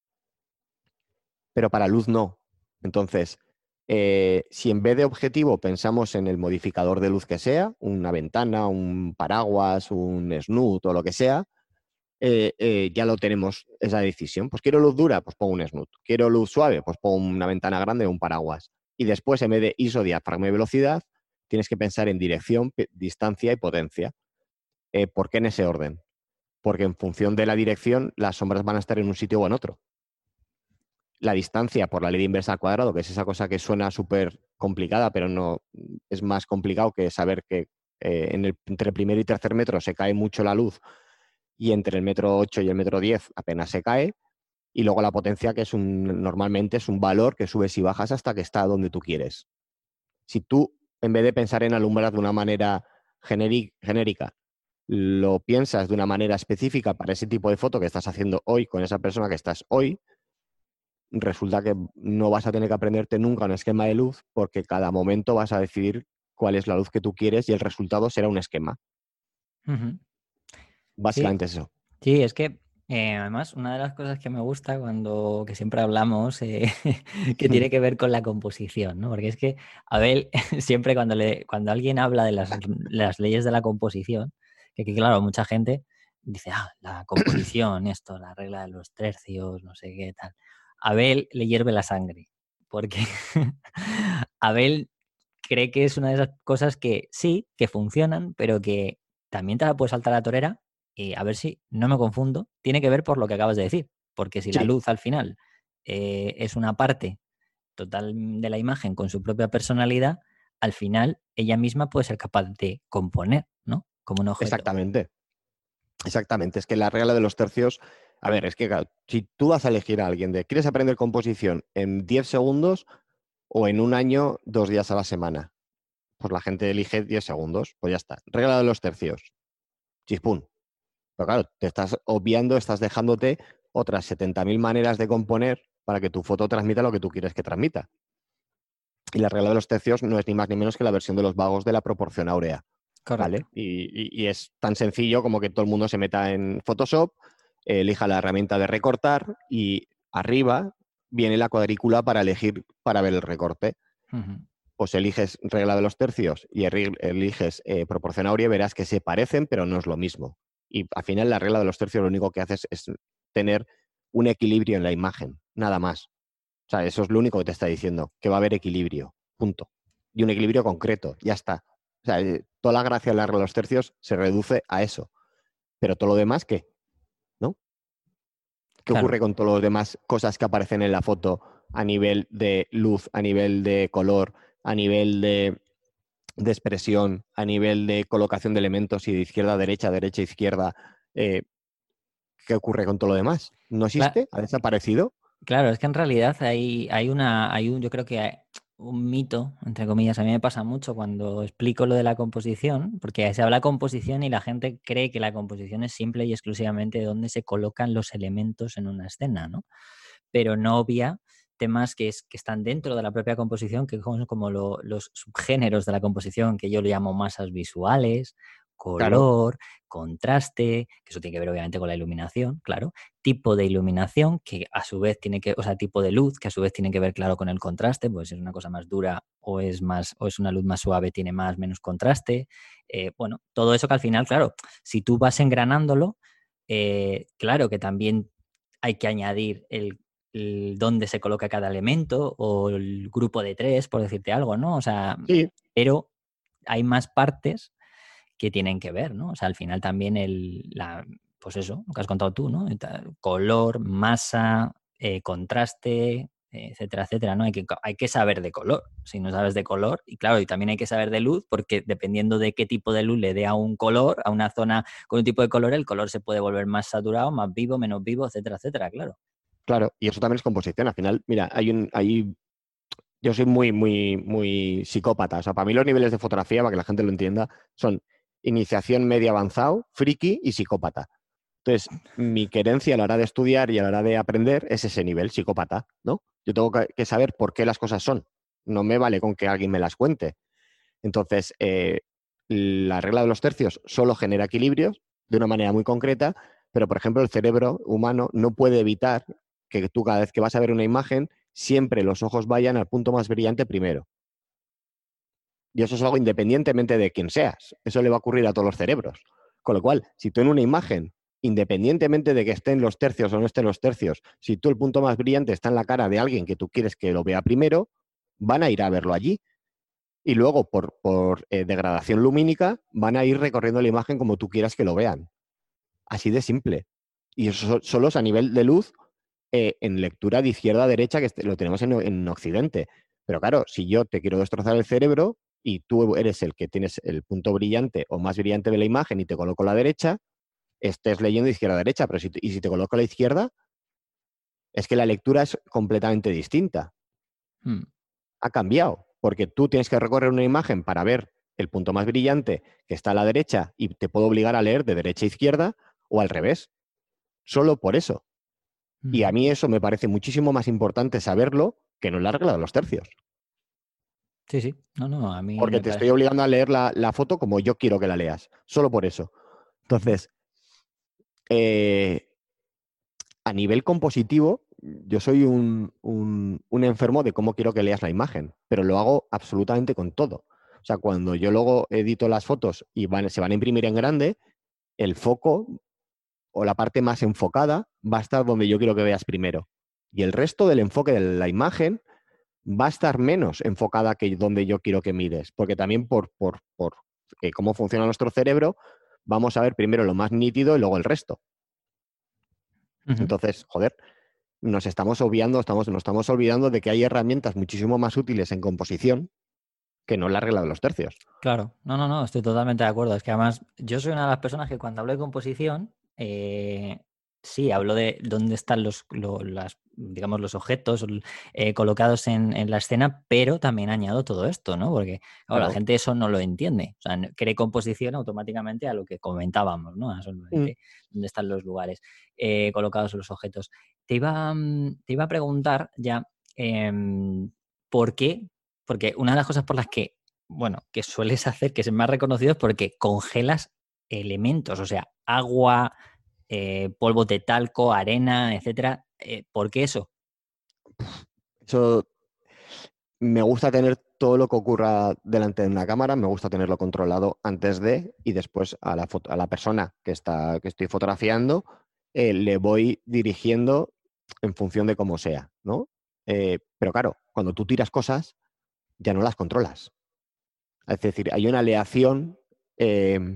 pero para luz no. Entonces, eh, si en vez de objetivo pensamos en el modificador de luz que sea, una ventana, un paraguas, un snoot o lo que sea, eh, eh, ya lo tenemos esa decisión. Pues quiero luz dura, pues pongo un snoot. Quiero luz suave, pues pongo una ventana grande o un paraguas. Y después, en vez de I S O, diafragma y velocidad, tienes que pensar en dirección, distancia y potencia. Eh, ¿Por qué en ese orden? Porque en función de la dirección, las sombras van a estar en un sitio o en otro. La distancia por la ley de inversa al cuadrado, que es esa cosa que suena súper complicada, pero no es más complicado que saber que eh, en el, entre el primer y tercer metro se cae mucho la luz y entre el metro ocho y el metro diez apenas se cae. Y luego la potencia, que es un, normalmente es un valor que subes y bajas hasta que está donde tú quieres. Si tú, en vez de pensar en alumbrar de una manera genérica, lo piensas de una manera específica para ese tipo de foto que estás haciendo hoy con esa persona que estás hoy, resulta que no vas a tener que aprenderte nunca un esquema de luz porque cada momento vas a decidir cuál es la luz que tú quieres y el resultado será un esquema. Ujú. Sí, Básicamente es eso. sí, es que eh, además una de las cosas que me gusta cuando que siempre hablamos eh, que tiene que ver con la composición, ¿no? Porque es que Abel siempre cuando le cuando alguien habla de las, las leyes de la composición, que, que claro, mucha gente dice, ah, la composición, esto, la regla de los tercios, no sé qué tal. Abel le hierve la sangre, porque Abel cree que es una de esas cosas que sí, que funcionan, pero que también te la puedes saltar a la torera y a ver si no me confundo, tiene que ver por lo que acabas de decir, porque si la Sí, luz al final eh, es una parte total de la imagen con su propia personalidad, al final ella misma puede ser capaz de componer, ¿no? Como un objeto. exactamente. Exactamente. Es que la regla de los tercios, a ver, es que claro, si tú vas a elegir a alguien de, ¿quieres aprender composición en diez segundos o en un año, dos días a la semana? Pues la gente elige diez segundos, pues ya está. Regla de los tercios. Chispún. Pero claro, te estás obviando, estás dejándote otras setenta mil maneras de componer para que tu foto transmita lo que tú quieres que transmita. Y la regla de los tercios no es ni más ni menos que la versión de los vagos de la proporción áurea, Correcto. ¿vale? Y, y- y es tan sencillo como que todo el mundo se meta en Photoshop, eh, elija la herramienta de recortar y arriba viene la cuadrícula para elegir, para ver el recorte. Ujú. Pues eliges regla de los tercios y erri- eliges eh, proporción áurea y verás que se parecen, pero no es lo mismo. Y al final la regla de los tercios lo único que hace es, es tener un equilibrio en la imagen, nada más. O sea, eso es lo único que te está diciendo, que va a haber equilibrio, punto. Y un equilibrio concreto, ya está. O sea, eh, toda la gracia de la regla de los tercios se reduce a eso. Pero todo lo demás, ¿qué? ¿No? ¿Qué Claro. ocurre con todas las demás cosas que aparecen en la foto a nivel de luz, a nivel de color, a nivel de, de expresión, a nivel de colocación de elementos y de izquierda a derecha, derecha a izquierda? Eh, ¿Qué ocurre con todo lo demás? ¿No Cla- existe? ¿Ha desaparecido? Claro, es que en realidad hay, hay una, hay un, yo creo que hay un mito, entre comillas, a mí me pasa mucho cuando explico lo de la composición, porque se habla de composición y la gente cree que la composición es simple y exclusivamente donde se colocan los elementos en una escena, ¿no? Pero no obvia temas que, es, que están dentro de la propia composición, que son como lo, los subgéneros de la composición, que yo le llamo masas visuales, Claro, color, contraste, que eso tiene que ver obviamente con la iluminación, claro, tipo de iluminación, que a su vez tiene que, o sea, tipo de luz, que a su vez tiene que ver, claro, con el contraste, pues si es una cosa más dura o es más, o es una luz más suave, tiene más, menos contraste. Eh, bueno, todo eso que al final, claro, si tú vas engranándolo, eh, claro que también hay que añadir el, el dónde se coloca cada elemento o el grupo de tres, por decirte algo, ¿no? O sea, sí, pero hay más partes que tienen que ver, ¿no? O sea, al final también el, la, pues eso, lo que has contado tú, ¿no? Color, masa, eh, contraste, etcétera, etcétera, ¿no? Hay que, hay que saber de color, si no sabes de color, y claro, y también hay que saber de luz, porque dependiendo de qué tipo de luz le dé a un color, a una zona con un tipo de color, el color se puede volver más saturado, más vivo, menos vivo, etcétera, etcétera, claro. claro. Y eso también es composición. Al final, mira, hay un, hay yo soy muy, muy, muy psicópata. O sea, para mí los niveles de fotografía, para que la gente lo entienda, son iniciación medio avanzado, friki y psicópata. Entonces, mi querencia a la hora de estudiar y a la hora de aprender es ese nivel, psicópata, ¿no? Yo tengo que saber por qué las cosas son. No me vale con que alguien me las cuente. Entonces, eh, la regla de los tercios solo genera equilibrios de una manera muy concreta, pero, por ejemplo, el cerebro humano no puede evitar que tú cada vez que vas a ver una imagen, siempre los ojos vayan al punto más brillante primero. Y eso es algo independientemente de quién seas. Eso le va a ocurrir a todos los cerebros. Con lo cual, si tú en una imagen, independientemente de que estén los tercios o no estén los tercios, si tú el punto más brillante está en la cara de alguien que tú quieres que lo vea primero, van a ir a verlo allí. Y luego, por, por eh, degradación lumínica, van a ir recorriendo la imagen como tú quieras que lo vean. Así de simple. Y eso solo es a nivel de luz eh, en lectura de izquierda a derecha, que este, lo tenemos en, en Occidente. Pero claro, si yo te quiero destrozar el cerebro y tú eres el que tienes el punto brillante o más brillante de la imagen y te coloco a la derecha, estés leyendo de izquierda a derecha, pero si, y si te coloco a la izquierda, es que la lectura es completamente distinta. Hmm. Ha cambiado, porque tú tienes que recorrer una imagen para ver el punto más brillante que está a la derecha y te puedo obligar a leer de derecha a izquierda o al revés, solo por eso. Y a Hmm. mí eso me parece muchísimo más importante saberlo que no la regla de los tercios. Sí, sí. No, no, a mí Porque me te estoy parece. obligando a leer la, la foto como yo quiero que la leas, solo por eso. Ujú. Entonces, eh, a nivel compositivo, yo soy un, un- un enfermo de cómo quiero que leas la imagen, pero lo hago absolutamente con todo. O sea, cuando yo luego edito las fotos y van, se van a imprimir en grande, el foco o la parte más enfocada va a estar donde yo quiero que veas primero. Y el resto del enfoque de la imagen va a estar menos enfocada que donde yo quiero que mires, porque también por, por, por eh, cómo funciona nuestro cerebro, vamos a ver primero lo más nítido y luego el resto. Ujú. Entonces, joder, nos estamos obviando, estamos, nos estamos olvidando de que hay herramientas muchísimo más útiles en composición que no la regla de los tercios. Claro, no, no, no, estoy totalmente de acuerdo. Es que además yo soy una de las personas que cuando hablo de composición, eh, sí, hablo de dónde están los, lo- las, digamos, los objetos eh, colocados en, en la escena, pero también añado todo esto, ¿no? Porque claro, la Claro. gente eso no lo entiende. O sea, no- cree composición automáticamente a lo que comentábamos, ¿no? A Mm. solamente dónde están los lugares eh, colocados los objetos. Te iba, mm, te iba a preguntar ya, em, ¿por qué? Porque una de las cosas por las que bueno, que sueles hacer, que es más reconocido, es porque congelas elementos, o sea, agua, eh, polvo de talco, arena, etcétera. Eh, ¿por qué eso? Eso me gusta tener todo lo que ocurra delante de una cámara, me gusta tenerlo controlado antes de y después a la, foto, a la persona que, está, que estoy fotografiando eh, le voy dirigiendo en función de cómo sea, ¿no? Eh, pero claro, cuando tú tiras cosas, ya no las controlas. Es decir, hay una aleación eh,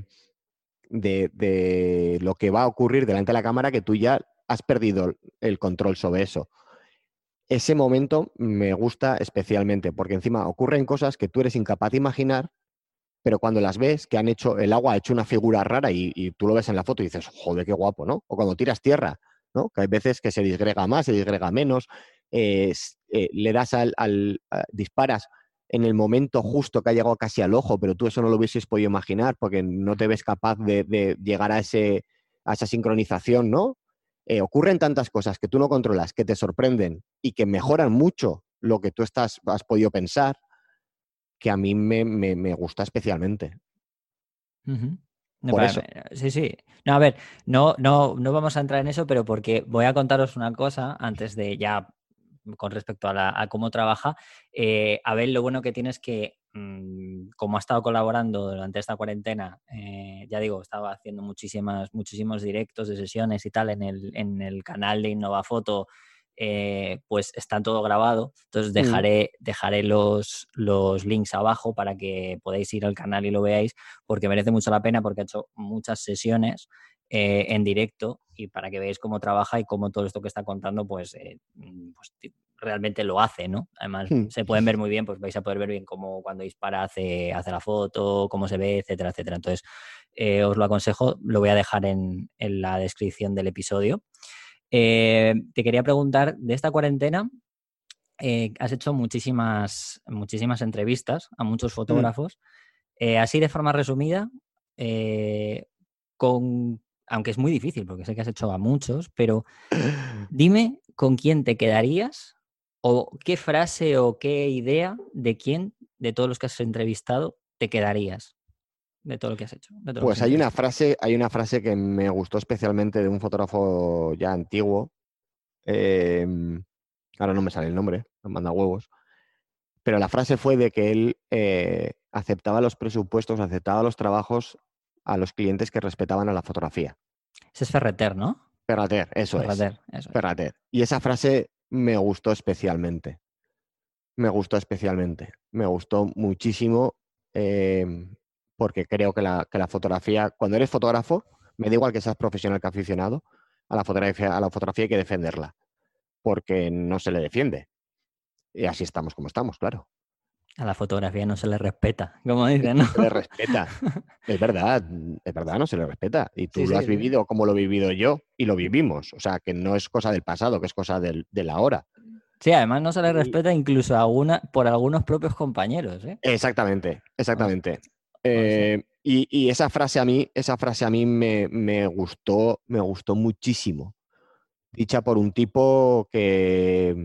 de, de lo que va a ocurrir delante de la cámara que tú ya has perdido el control sobre eso. Ese momento me gusta especialmente, porque encima ocurren cosas que tú eres incapaz de imaginar, pero cuando las ves, que han hecho, el agua ha hecho una figura rara y, y tú lo ves en la foto y dices, joder, qué guapo, ¿no? O cuando tiras tierra, ¿no? Que hay veces que se disgrega más, se disgrega menos, eh, eh, le das al, al uh, disparas en el momento justo que ha llegado casi al ojo, pero tú eso no lo hubieses podido imaginar porque no te ves capaz de, de llegar a, ese, a esa sincronización, ¿no? Eh, ocurren tantas cosas que tú no controlas, que te sorprenden y que mejoran mucho lo que tú estás, has podido pensar, que a mí me, me, me gusta especialmente. Ujú. Me Por pare- eso. me- Sí, sí. No, a ver, no, no, no vamos a entrar en eso, pero porque voy a contaros una cosa antes de ya con respecto a, la- a cómo trabaja. Eh, Abel, lo bueno que tiene es que, mm, como ha estado colaborando durante esta cuarentena, eh, ya digo, estaba haciendo muchísimas, muchísimos directos de sesiones y tal en el, en el canal de Innovafoto, eh, pues está todo grabado. Entonces Mm. dejaré, dejaré los, los links abajo para que podáis ir al canal y lo veáis porque merece mucho la pena, porque ha hecho muchas sesiones eh, en directo y para que veáis cómo trabaja y cómo todo esto que está contando, pues, eh, pues realmente lo hace, ¿no? Además, Mm. se pueden ver muy bien, pues vais a poder ver bien cómo cuando dispara hace, hace la foto, cómo se ve, etcétera, etcétera. Entonces, eh, os lo aconsejo, lo voy a dejar en, en la descripción del episodio. Eh, te quería preguntar, de esta cuarentena, eh, has hecho muchísimas, muchísimas entrevistas a muchos Mm. fotógrafos. Eh, así de forma resumida, eh, con, aunque es muy difícil porque sé que has hecho a muchos, pero dime con quién te quedarías o qué frase o qué idea de quién de todos los que has entrevistado te quedarías de todo lo que has hecho, de todos los que has Pues hay una entrevistado. frase, hay una frase que me gustó especialmente de un fotógrafo ya antiguo. eh, Ahora no me sale el nombre, me manda huevos. Pero la frase fue de que él eh, aceptaba los presupuestos, aceptaba los trabajos a los clientes que respetaban a la fotografía. Ese es Ferreter, ¿no? Ferrater, eso es. Ferreter, eso es. Ferrater. Y esa frase me gustó especialmente. Me gustó especialmente. Me gustó muchísimo eh, porque creo que la, que la fotografía, cuando eres fotógrafo, me da igual que seas profesional que aficionado, a la fotografía, a la fotografía hay que defenderla, porque no se le defiende. Y así estamos como estamos, claro. A la fotografía no se le respeta, como Y dicen, no ¿no? se le respeta. Es verdad, es verdad, no se le respeta. Y Sí, tú lo sí, has sí. vivido como lo he vivido yo y lo vivimos. O sea, que no es cosa del pasado, que es cosa del, de la hora. Sí, además no se le Y respeta incluso a alguna, por algunos propios compañeros, ¿eh? exactamente, O sea, exactamente. o sea, Eh, y, y esa frase a mí, esa frase a mí me, me gustó, me gustó muchísimo. Dicha por un tipo que,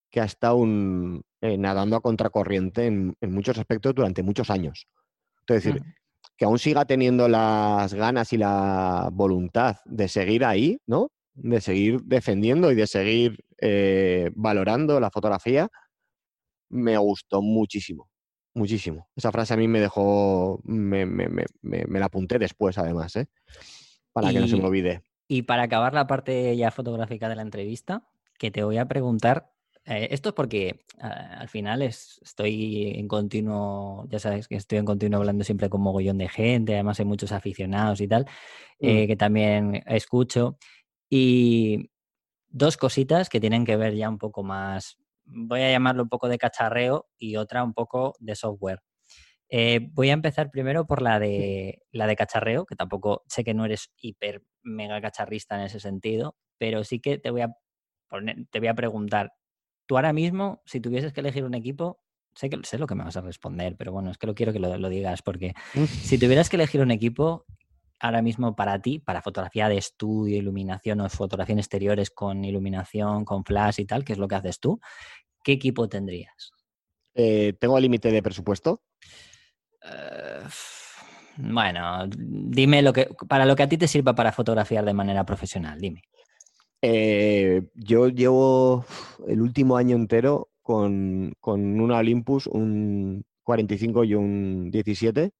que ha estado un, eh, nadando a contracorriente en, en muchos aspectos durante muchos años. Es decir, Ujú. que aún siga teniendo las ganas y la voluntad de seguir ahí, ¿no? De seguir defendiendo y de seguir eh, valorando la fotografía, me gustó muchísimo, muchísimo. Esa frase a mí me dejó, me, me, me, me, me la apunté después, además, ¿eh? Para que no se me Y, olvide. y para acabar la parte ya fotográfica de la entrevista, que te voy a preguntar, eh, esto es porque ah, al final es, estoy en continuo, ya sabes que estoy en continuo hablando siempre con mogollón de gente, además hay muchos aficionados y tal, Mm. eh, que también escucho. Y dos cositas que tienen que ver ya un poco más, voy a llamarlo un poco de cacharreo y otra un poco de software. Eh, voy a empezar primero por la de la de cacharreo, que tampoco sé que no eres hiper mega cacharrista en ese sentido, pero sí que te voy a poner, te voy a preguntar, tú ahora mismo, si tuvieses que elegir un equipo, sé que sé lo que me vas a responder, pero bueno, es que lo quiero que lo, lo digas, porque si tuvieras que elegir un equipo ahora mismo para ti, para fotografía de estudio, iluminación o fotografía en exteriores con iluminación, con flash y tal, que es lo que haces tú, ¿qué equipo tendrías? Eh, ¿tengo límite de presupuesto? Eh, bueno, dime lo que para lo que a ti te sirva para fotografiar de manera profesional, dime. Eh, yo llevo el último año entero con, con una Olympus, un cuarenta y cinco y un diecisiete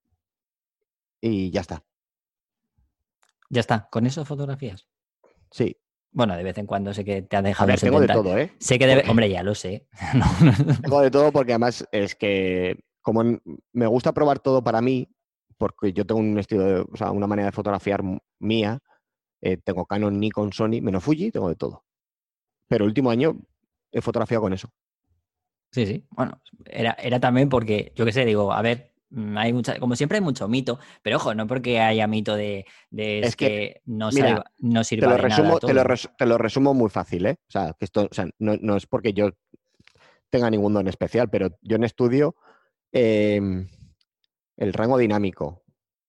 y ya está. Ya está, con eso fotografías. Sí. Bueno, de vez en cuando sé que te ha A dejado el ver, tengo de setenta. todo, ¿eh? Sé que debe, Porque hombre, ya lo sé. No, no. tengo de todo porque además es que como n- me gusta probar todo para mí, porque yo tengo un estilo, de- o sea, una manera de fotografiar m- mía, eh, tengo Canon, Nikon, Sony, menos Fuji, tengo de todo. Pero el último año he fotografiado con eso. Sí, sí. Bueno, era, era también porque, yo qué sé, digo, a ver, mm, hay mucha, como siempre hay mucho mito, pero ojo, no porque haya mito de, de es Es que, que no mira, sirva, no te sirva lo de nada resumo, te lo, todo. res- te lo resumo muy fácil, ¿eh? O sea, que esto, o sea, no, no es porque yo tenga ningún don especial, pero yo en estudio eh, el rango dinámico,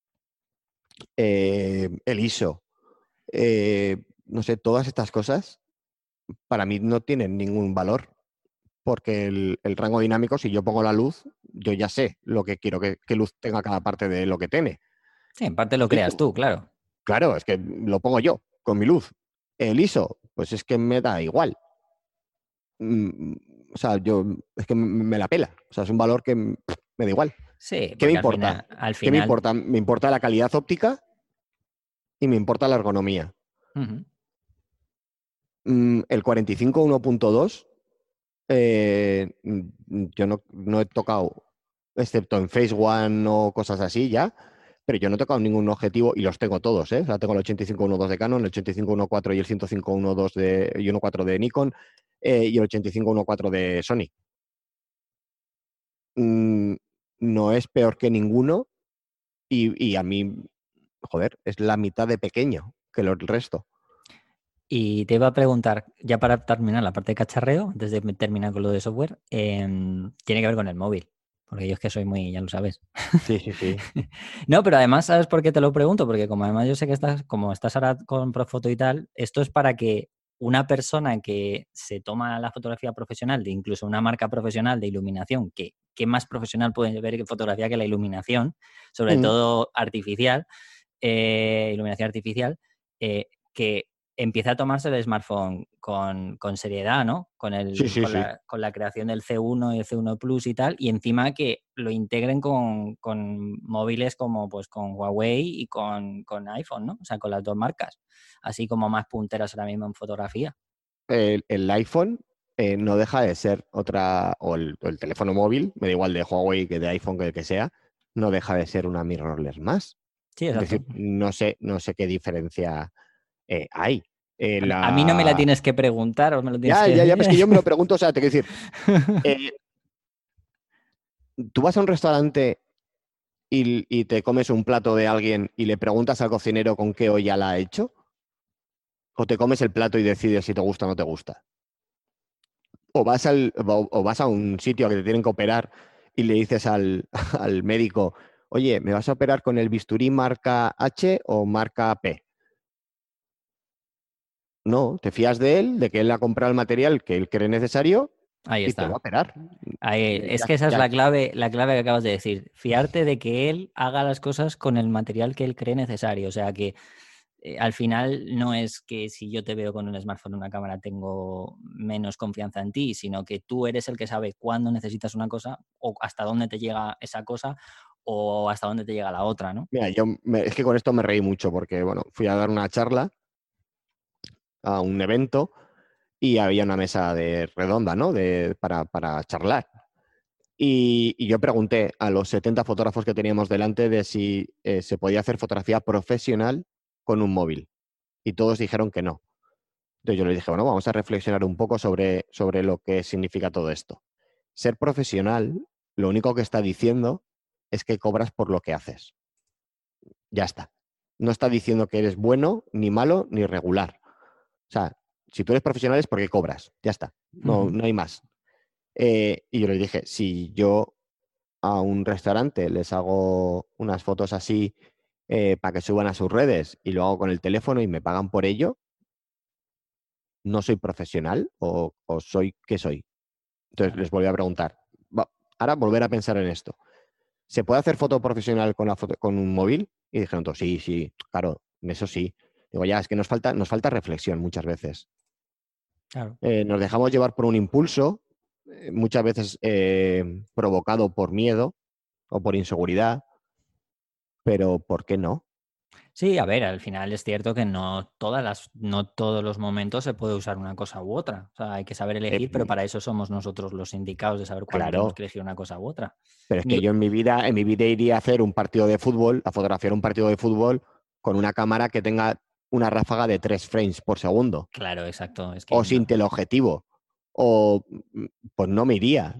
eh, el I S O, eh, no sé, todas estas cosas para mí no tienen ningún valor, porque el, el rango dinámico, si yo pongo la luz, yo ya sé lo que quiero que, que luz tenga cada parte de lo que tiene. Sí, en parte lo El- creas tú, claro. Claro, es que lo pongo yo con mi luz. El I S O, pues es que me da igual. Mm, o sea, yo es que me, me la pela. O sea, es un valor que me da igual. Sí, ¿Qué me porque al importa? final, al ¿Qué me final, importa? Me importa la calidad óptica y me importa la ergonomía. ujú. Mm, el cuarenta y cinco uno punto dos, eh, mm, yo no, no he tocado, excepto en Phase One o cosas así ya, pero yo no he tocado ningún objetivo y los tengo todos, ¿eh? O sea, tengo el ochenta y cinco uno punto dos de Canon, el ochenta y cinco uno punto cuatro y el ciento cinco uno punto dos de, y uno punto cuatro de Nikon, eh, y el ochenta y cinco uno punto cuatro de Sony. Mm, no es peor que ninguno y, y a mí, joder, es la mitad de pequeño que el resto. Y te iba a preguntar, ya para terminar la parte de cacharreo, antes de terminar con lo de software, em, tiene que ver con el móvil, porque yo es que soy muy, ya lo sabes. Sí, sí, sí. No, pero además, ¿sabes por qué te lo pregunto? Porque como además yo sé que estás, como estás ahora con Profoto y tal, esto es para que una persona que se toma la fotografía profesional, de incluso una marca profesional de iluminación, que qué más profesional puede ver que fotografía que la iluminación, sobre Mm. todo artificial, eh, iluminación artificial, eh, que empieza a tomarse el smartphone con, con seriedad, ¿no? Con, Sí, el, sí, con, sí. la, con la creación del C uno y el C uno Plus y tal, y encima que lo integren con, con móviles como pues con Huawei y con, con iPhone, ¿no? O sea, con las dos marcas, así como más punteras ahora mismo en fotografía. El, el iPhone eh, no deja de ser otra, o el, o el teléfono móvil, me da igual de Huawei que de iPhone que el que sea, no deja de ser una mirrorless más. Sí, Es exacto. decir, no sé, no sé qué diferencia eh, hay. Eh, A mí, a mí no me la la... tienes que preguntar o me lo tienes Ya, que ya, ya, pues que decir. yo me lo pregunto, o sea, te quiero decir, eh, tú vas a un restaurante y, y te comes un plato de alguien y le preguntas al cocinero con qué olla la ha hecho, o te comes el plato y decides si te gusta o no te gusta. O vas, al, o, o vas a un sitio a que te tienen que operar y le dices al, al médico, oye, ¿me vas a operar con el bisturí marca H o marca P? No, te fías de él, de que él ha comprado el material que él cree necesario Ahí y te va a está. operar. Ahí- Eh, es Ya, que esa es ya, la clave, la clave que acabas de decir. Fiarte de que él haga las cosas con el material que él cree necesario. O sea que eh, al final no es que si yo te veo con un smartphone o una cámara tengo menos confianza en ti, sino que tú eres el que sabe cuándo necesitas una cosa o hasta dónde te llega esa cosa o hasta dónde te llega la otra, ¿no? Mira, yo me- es que con esto me reí mucho porque, bueno, fui a dar una charla a un evento y había una mesa de redonda, ¿no? De, para, para charlar. Y, y yo pregunté a los setenta fotógrafos que teníamos delante de si eh, se podía hacer fotografía profesional con un móvil. Y todos dijeron que no. Entonces yo les dije, bueno, vamos a reflexionar un poco sobre, sobre lo que significa todo esto. Ser profesional, lo único que está diciendo es que cobras por lo que haces. Ya está. No está diciendo que eres bueno, ni malo, ni regular. O sea, si tú eres profesional es porque cobras. Ya está. No, Ujú. no hay más. Eh, y yo les dije, si yo a un restaurante les hago unas fotos así eh, para que suban a sus redes y lo hago con el teléfono y me pagan por ello, ¿no soy profesional o, o soy qué soy? Entonces Claro. les volví a preguntar. Va, ahora volver a pensar en esto. ¿Se puede hacer foto profesional con, la foto, con un móvil? Y dijeron todos, sí, sí, claro, eso sí. Digo, ya, es que nos falta, nos falta reflexión muchas veces. Claro. Eh, nos dejamos llevar por un impulso, eh, muchas veces eh, provocado por miedo o por inseguridad, pero ¿por qué no? Sí, a ver, al final es cierto que no todas las, no todos los momentos se puede usar una cosa u otra. O sea, hay que saber Eh, elegir, pero para eso somos nosotros los indicados de saber cuándo tenemos claro, que elegir una cosa u otra. pero es que Mi- yo en mi vida, en mi vida iría a hacer un partido de fútbol, a fotografiar un partido de fútbol con una cámara que tenga una ráfaga de tres frames por segundo, Claro, exacto. Es que o no. sin teleobjetivo, o mm, pues no me iría,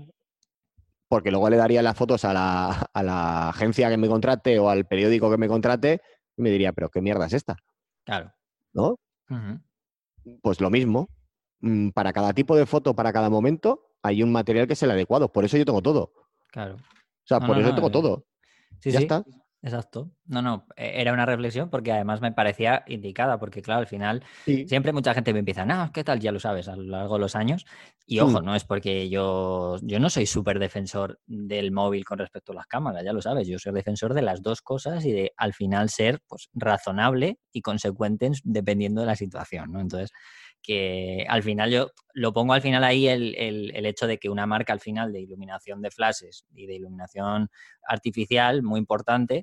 porque luego le daría las fotos a la, a la agencia que me contrate o al periódico que me contrate y me diría, pero ¿qué mierda es esta? Claro. ¿No? Ujú. Pues lo mismo. Mm, Para cada tipo de foto, para cada momento, hay un material que es el adecuado. Por eso yo tengo todo. O Claro. sea, No, por no, eso no. tengo eh, todo. Sí, Ya sí, está. exacto. No, no, e- era una reflexión porque además me parecía indicada, porque claro, al final Sí. siempre mucha gente me empieza, no, ¿qué tal? Ya lo sabes, a lo largo de los años. Y Mm, ojo, no es porque yo, yo no soy súper defensor del móvil con respecto a las cámaras, ya lo sabes, yo soy defensor de las dos cosas y de al final ser pues razonable y consecuente en- dependiendo de la situación, ¿no? Entonces, que al final yo lo pongo al final ahí el, el, el hecho de que una marca al final de iluminación de flashes y de iluminación artificial muy importante,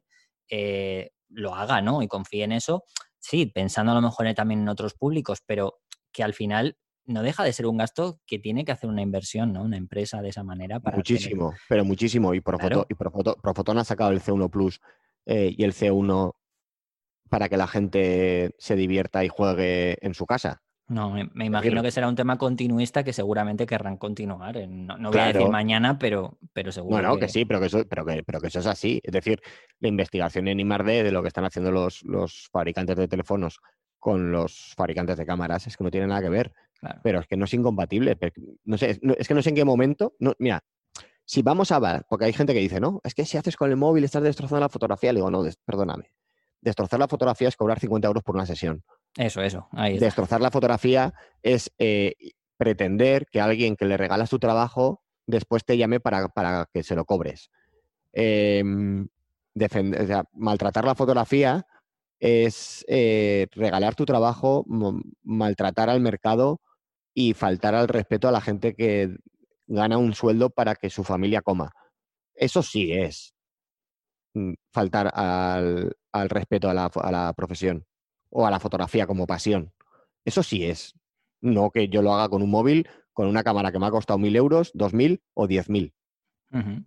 eh, lo haga, ¿no? Y confíe en eso. Sí, pensando a lo mejor también en otros públicos, pero que al final no deja de ser un gasto que tiene que hacer una inversión, ¿no? Una empresa de esa manera para tener. muchísimo, pero muchísimo. Y Profoto, Claro, y Profoto, Profotón ha sacado el C uno Plus eh, y el C uno para que la gente se divierta y juegue en su casa. no, me, me Es decir, imagino que será un tema continuista que seguramente querrán continuar. eh, No, no voy a decir claro, mañana, pero, pero no, seguro no, que que. sí, pero que eso, pero que, pero que eso es así. Es decir, la investigación en I más D de lo que están haciendo los, los fabricantes de teléfonos con los fabricantes de cámaras es que no tiene nada que ver. Claro, Pero es que no es incompatible. Pero no sé, no- es que no sé en qué momento. No, mira, si vamos a ver, porque hay gente que dice, no, es que si haces con el móvil estás destrozando la fotografía. Le digo, no, des- perdóname. Destrozar la fotografía es cobrar cincuenta euros por una sesión. eso, eso, ahí está. Destrozar la fotografía es eh, pretender que alguien que le regalas tu trabajo después te llame para, para que se lo cobres. Eh, defender, o sea, maltratar la fotografía es eh, regalar tu trabajo, mo- maltratar al mercado y faltar al respeto a la gente que gana un sueldo para que su familia coma. Eso sí es mm, faltar al, al respeto a la, a la profesión o a la fotografía como pasión. Eso sí es. No que yo lo haga con un móvil, con una cámara que me ha costado mil euros, dos mil o diez mil. Ujú.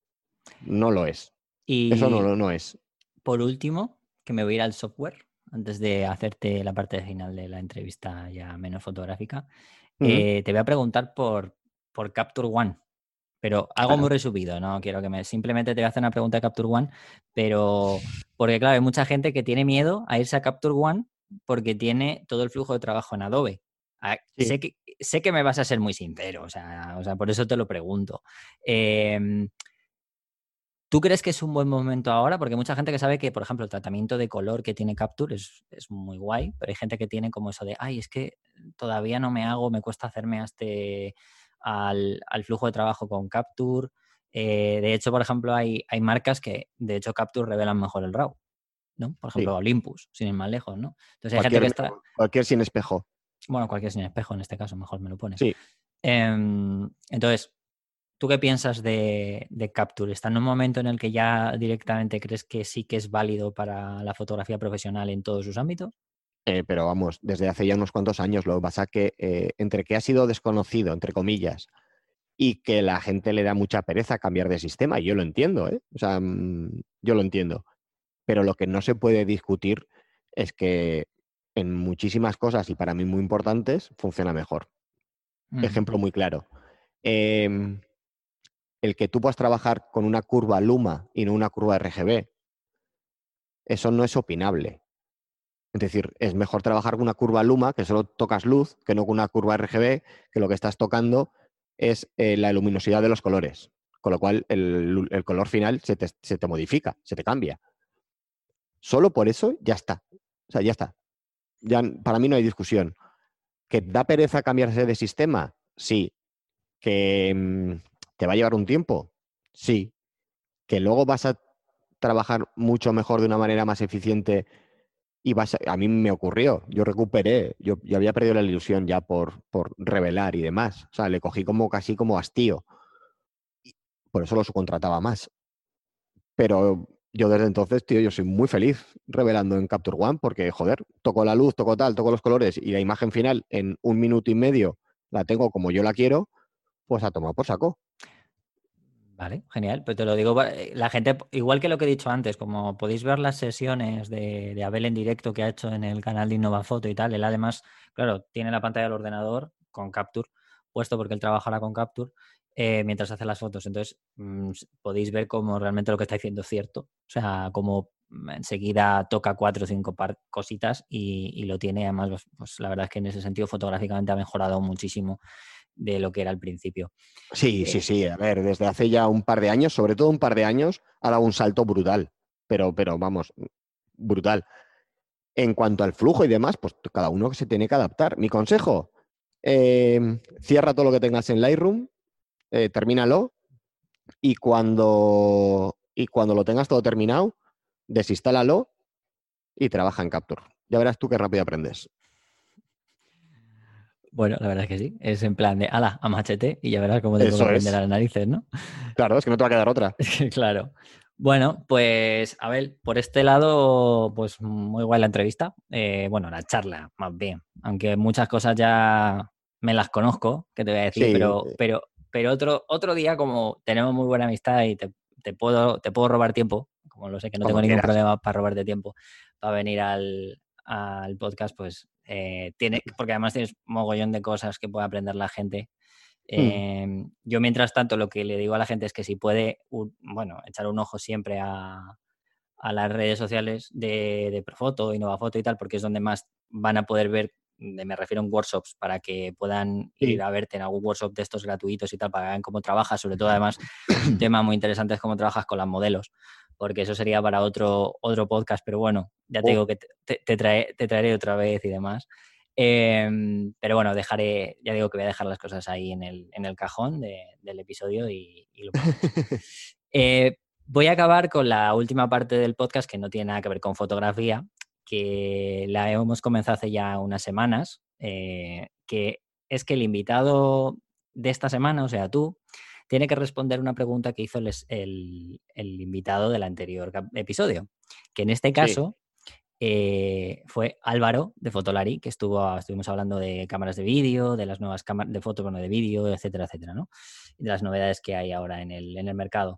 No lo es. Eso no, Y lo- no es. por último, que me voy a ir al software antes de hacerte la parte final de la entrevista ya menos fotográfica. Mm, Eh, te voy a preguntar por, por Capture One, pero algo muy claro. resumido, no quiero que me... Simplemente te voy a hacer una pregunta de Capture One, pero porque claro, hay mucha gente que tiene miedo a irse a Capture One porque tiene todo el flujo de trabajo en Adobe. Ah, Sí. sé que, sé que me vas a ser muy sincero, o sea, o sea por eso te lo pregunto. Eh, ¿Tú crees que es un buen momento ahora? Porque mucha gente que sabe que, por ejemplo, el tratamiento de color que tiene Capture es, es muy guay, pero hay gente que tiene como eso de, ay, es que todavía no me hago, me cuesta hacerme a este, al, al flujo de trabajo con Capture. Eh, de hecho, por ejemplo, hay, hay marcas que, de hecho, Capture revelan mejor el RAW, ¿no? Por ejemplo, Sí. Olympus, sin ir más lejos, ¿no? Entonces hay gente Cualquier, que está... cualquier sin espejo. Bueno, cualquier sin espejo en este caso, mejor me lo pones. Sí. Eh, entonces, ¿tú qué piensas de, de Capture? ¿Está en un momento en el que ya directamente crees que sí que es válido para la fotografía profesional en todos sus ámbitos? Eh, pero vamos, desde hace ya unos cuantos años. Lo que pasa que eh, entre que ha sido desconocido, entre comillas, y que la gente le da mucha pereza cambiar de sistema, y yo lo entiendo, ¿eh? O sea, mm, yo lo entiendo. Pero lo que no se puede discutir es que en muchísimas cosas, y para mí muy importantes, funciona mejor. Mm. Ejemplo muy claro. Eh, el que tú puedas trabajar con una curva Luma y no una curva R G B, eso no es opinable. Es decir, es mejor trabajar con una curva Luma, que solo tocas luz, que no con una curva R G B, que lo que estás tocando es eh, la luminosidad de los colores. Con lo cual, el, el color final se te, se te modifica, se te cambia. Solo por eso ya está. O sea, ya está. Ya, para mí no hay discusión. ¿Que da pereza cambiarse de sistema? Sí. ¿Que mmm, te va a llevar un tiempo? Sí. ¿Que luego vas a trabajar mucho mejor de una manera más eficiente? Y vas a, a mí me ocurrió, yo recuperé, yo, yo había perdido la ilusión ya por, por revelar y demás. O sea, le cogí como casi como hastío. Y por eso lo subcontrataba más. Pero yo desde entonces, tío, yo soy muy feliz revelando en Capture One porque, joder, toco la luz, toco tal, toco los colores y la imagen final en un minuto y medio la tengo como yo la quiero, pues a tomar por saco. Vale, genial. Pero te lo digo, la gente, igual que lo que he dicho antes, como podéis ver las sesiones de, de Abel en directo que ha hecho en el canal de InnovaFoto y tal, él además, claro, tiene la pantalla del ordenador con Capture puesto porque él trabajará con Capture eh, mientras hace las fotos. Entonces, mmm, podéis ver cómo realmente lo que está diciendo es cierto. O sea, como enseguida toca cuatro o cinco par cositas y, y lo tiene. Además, pues, pues la verdad es que en ese sentido fotográficamente ha mejorado muchísimo de lo que era al principio. Sí, sí, Eh, sí. A ver, desde hace ya un par de años, sobre todo un par de años, ha dado un salto brutal. Pero, pero vamos, brutal. En cuanto al flujo y demás, pues cada uno se tiene que adaptar. Mi consejo, eh, cierra todo lo que tengas en Lightroom, eh, termínalo y cuando, y cuando lo tengas todo terminado, desinstálalo y trabaja en Capture. Ya verás tú qué rápido aprendes. Bueno, la verdad es que sí. Es en plan de, ala, a machete y ya verás cómo te toca Eso aprender a es. las narices, ¿no? Claro, es que no te va a quedar otra. Claro. Bueno, pues a ver, por este lado, pues muy guay la entrevista. Eh, bueno, la charla, más bien. Aunque muchas cosas ya me las conozco, que te voy a decir, Sí, pero, pero, pero otro, otro día, como tenemos muy buena amistad y te, te puedo, te puedo robar tiempo, como lo sé que no tengo cuando ningún quieras. problema para robarte tiempo, para venir al, al podcast, pues eh, tiene, porque además tienes mogollón de cosas que puede aprender la gente. Mm. Eh, yo, mientras tanto, lo que le digo a la gente es que si puede, un, bueno, echar un ojo siempre a, a las redes sociales de, de Profoto, InnovaFoto y tal, porque es donde más van a poder ver, me refiero en workshops, para que puedan ir Sí. a verte en algún workshop de estos gratuitos y tal, para que vean cómo trabajas. Sobre todo, además, un tema muy interesante es cómo trabajas con las modelos, porque eso sería para otro, otro podcast, pero bueno, ya te Oh. digo que te, te, trae, te traeré otra vez y demás. Eh, pero bueno, dejaré, ya digo que voy a dejar las cosas ahí en el, en el cajón de, del episodio y, y lo ponemos. eh, voy a acabar con la última parte del podcast que no tiene nada que ver con fotografía, que la hemos comenzado hace ya unas semanas, eh, que es que el invitado de esta semana, o sea, tú, tiene que responder una pregunta que hizo el, el, el invitado del anterior episodio, que en este caso... Sí. Eh, fue Álvaro de Fotolari, que estuvo, estuvimos hablando de cámaras de vídeo, de las nuevas cámaras de foto, bueno, de vídeo, etcétera, etcétera, ¿no? Y de las novedades que hay ahora en el, en el mercado.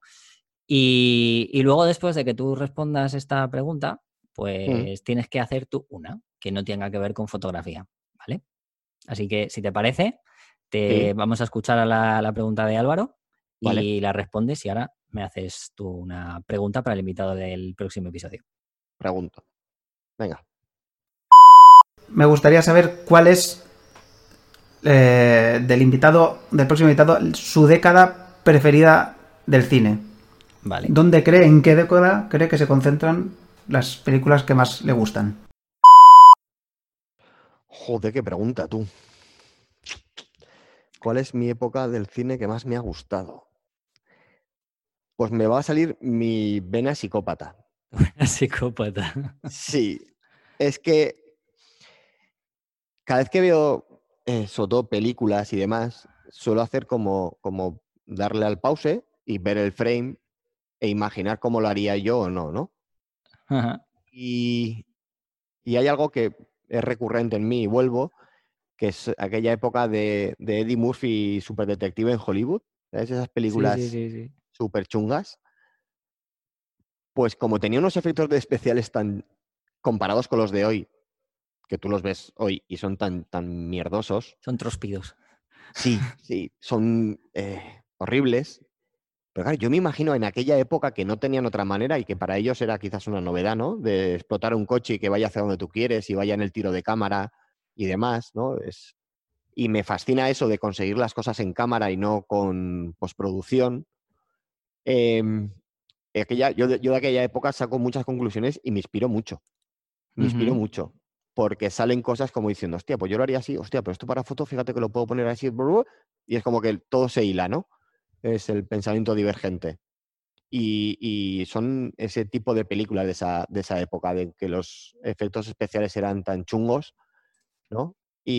Y, y luego, después de que tú respondas esta pregunta, pues mm. tienes que hacer tú una que no tenga que ver con fotografía, ¿vale? Así que, si te parece, te sí. vamos a escuchar a la, la pregunta de Álvaro y vale. la respondes y ahora me haces tú una pregunta para el invitado del próximo episodio. Pregunto. Venga. Me gustaría saber cuál es eh, del invitado, del próximo invitado, su década preferida del cine. Vale. ¿Dónde cree, en qué década cree que se concentran las películas que más le gustan? Joder, qué pregunta tú. ¿Cuál es mi época del cine que más me ha gustado? Pues me va a salir mi vena psicópata. Psicópata. Sí, es que cada vez que veo, eh, sobre todo películas y demás, suelo hacer como, como darle al pause y ver el frame e imaginar cómo lo haría yo o no, ¿no? Ajá. Y, y hay algo que es recurrente en mí y vuelvo, que es aquella época de, de Eddie Murphy superdetective en Hollywood, ¿sabes? Esas Sí, sí, películas sí, sí. súper chungas. Pues como tenía unos efectos de especiales tan comparados con los de hoy, que tú los ves hoy y son tan, tan mierdosos, Son tróspidos. sí, sí, son eh, horribles. Pero claro, yo me imagino en aquella época que no tenían otra manera y que para ellos era quizás una novedad, ¿no? De explotar un coche y que vaya hacia donde tú quieres y vaya en el tiro de cámara y demás, ¿no? Es... Y me fascina eso de conseguir las cosas en cámara y no con postproducción. Eh, aquella, yo, de, yo de aquella época saco muchas conclusiones y me inspiro mucho. Me inspiro Ujú. mucho. Porque salen cosas como diciendo, hostia, pues yo lo haría así, hostia, pero esto para foto, fíjate que lo puedo poner así, y es como que todo se hila, ¿no? Es el pensamiento divergente. Y, y son ese tipo de películas de esa, de esa época, de que los efectos especiales eran tan chungos, ¿no?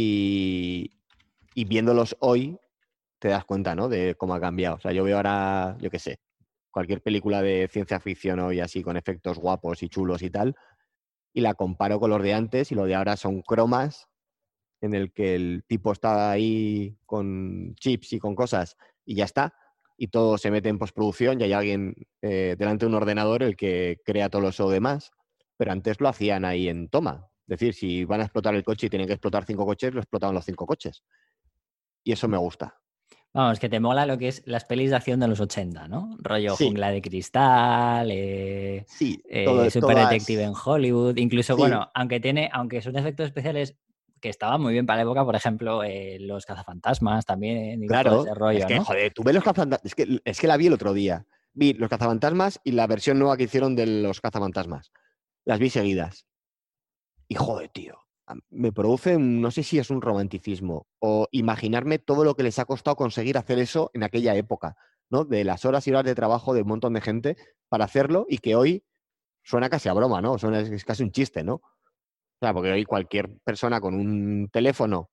Y, y viéndolos hoy, te das cuenta, ¿no? De cómo ha cambiado. O sea, yo veo ahora, yo qué sé, cualquier película de ciencia ficción hoy así, con efectos guapos y chulos y tal, y la comparo con los de antes, y los de ahora son cromas en el que el tipo está ahí con chips y con cosas y ya está. Y todo se mete en postproducción y hay alguien eh, delante de un ordenador el que crea todo eso demás. Pero antes lo hacían ahí en toma. Es decir, si van a explotar el coche y tienen que explotar cinco coches, lo explotaban los cinco coches. Y eso me gusta. Vamos, que te mola lo que es las pelis de acción de los ochenta, ¿no? Rollo Sí, Jungla de Cristal, eh, sí, eh, todo, Super Detective en todas. Hollywood. Incluso, Sí, bueno, aunque tiene, aunque son efectos especiales que estaban muy bien para la época, por ejemplo, eh, los cazafantasmas también y todo ese claro. Es rollo, que, ¿no? joder, tú ves los cazafantasmas. Es que, es que la vi el otro día. Vi los cazafantasmas y la versión nueva que hicieron de los cazafantasmas. Las vi seguidas. Y joder, tío, me produce, no sé si es un romanticismo o imaginarme todo lo que les ha costado conseguir hacer eso en aquella época, ¿no? De las horas y horas de trabajo de un montón de gente para hacerlo y que hoy suena casi a broma, ¿no? Suena, es casi un chiste, ¿no? O sea, porque hoy cualquier persona con un teléfono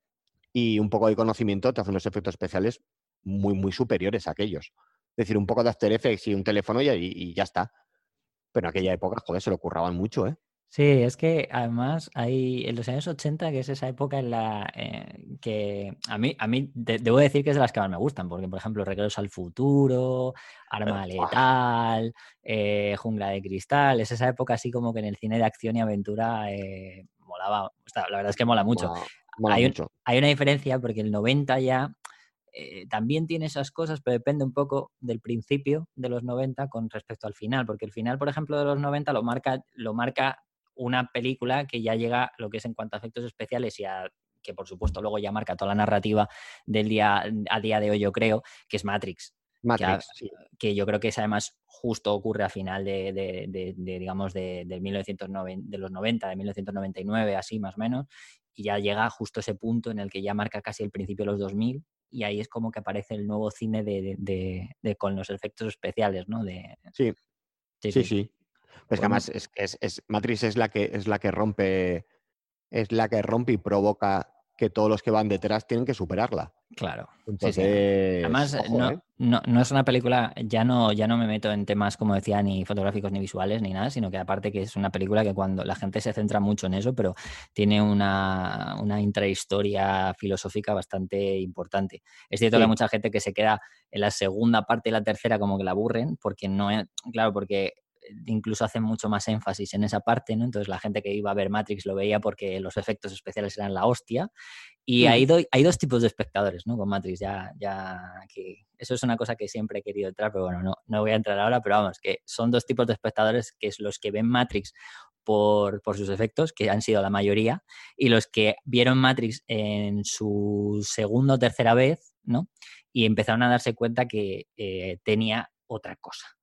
y un poco de conocimiento te hace unos efectos especiales muy, muy superiores a aquellos. Es decir, un poco de After Effects y un teléfono y, y ya está. Pero en aquella época, joder, se lo curraban mucho, ¿eh? Sí, es que además hay en los años ochenta, que es esa época en la eh, que a mí, a mí de- debo decir que es de las que más me gustan, porque por ejemplo Regreso al Futuro, Arma Letal, eh, Jungla de Cristal, es esa época así como que en el cine de acción y aventura eh, molaba, o sea, la verdad es que mola mucho. Mola, mola Hay un- mucho. hay una diferencia porque el noventa ya eh, también tiene esas cosas, pero depende un poco del principio de los noventa con respecto al final, porque el final, por ejemplo, de los noventa lo marca, lo marca una película que ya llega lo que es en cuanto a efectos especiales y a que por supuesto luego ya marca toda la narrativa del día a día de hoy, yo creo, que es Matrix. Que, a, Matrix, sí. que yo creo que es además justo ocurre a final de, de, de, de digamos, de, de, mil novecientos noventa, de los noventa, de mil novecientos noventa y nueve, así más o menos, y ya llega justo ese punto en el que ya marca casi el principio de los dos mil y ahí es como que aparece el nuevo cine de, de, de, de con los efectos especiales, ¿no? De, Sí, sí, sí, sí. sí. Pues que Pues, además es, es, es, Matrix es la que es la que rompe, es la que rompe y provoca que todos los que van detrás tienen que superarla. claro, sí, sí. Entonces, Además, ojo, no, ¿eh? no, no es una película, ya no, ya no me meto en temas, como decía, ni fotográficos ni visuales ni nada, sino que aparte que es una película que cuando la gente se centra mucho en eso, pero tiene una, una intrahistoria filosófica bastante importante. Es cierto que hay Sí, mucha gente que se queda en la segunda parte y la tercera como que la aburren, porque no es, claro, porque incluso hacen mucho más énfasis en esa parte, ¿no? Entonces la gente que iba a ver Matrix lo veía porque los efectos especiales eran la hostia. Y mm, hay, do, hay dos tipos de espectadores, ¿no? Con Matrix, ya, ya que eso es una cosa que siempre he querido entrar, pero bueno, no, no voy a entrar ahora, pero vamos, que son dos tipos de espectadores, que es los que ven Matrix por, por sus efectos, que han sido la mayoría, y los que vieron Matrix en su segunda o tercera vez, ¿no? Y empezaron a darse cuenta que eh, tenía otra cosa,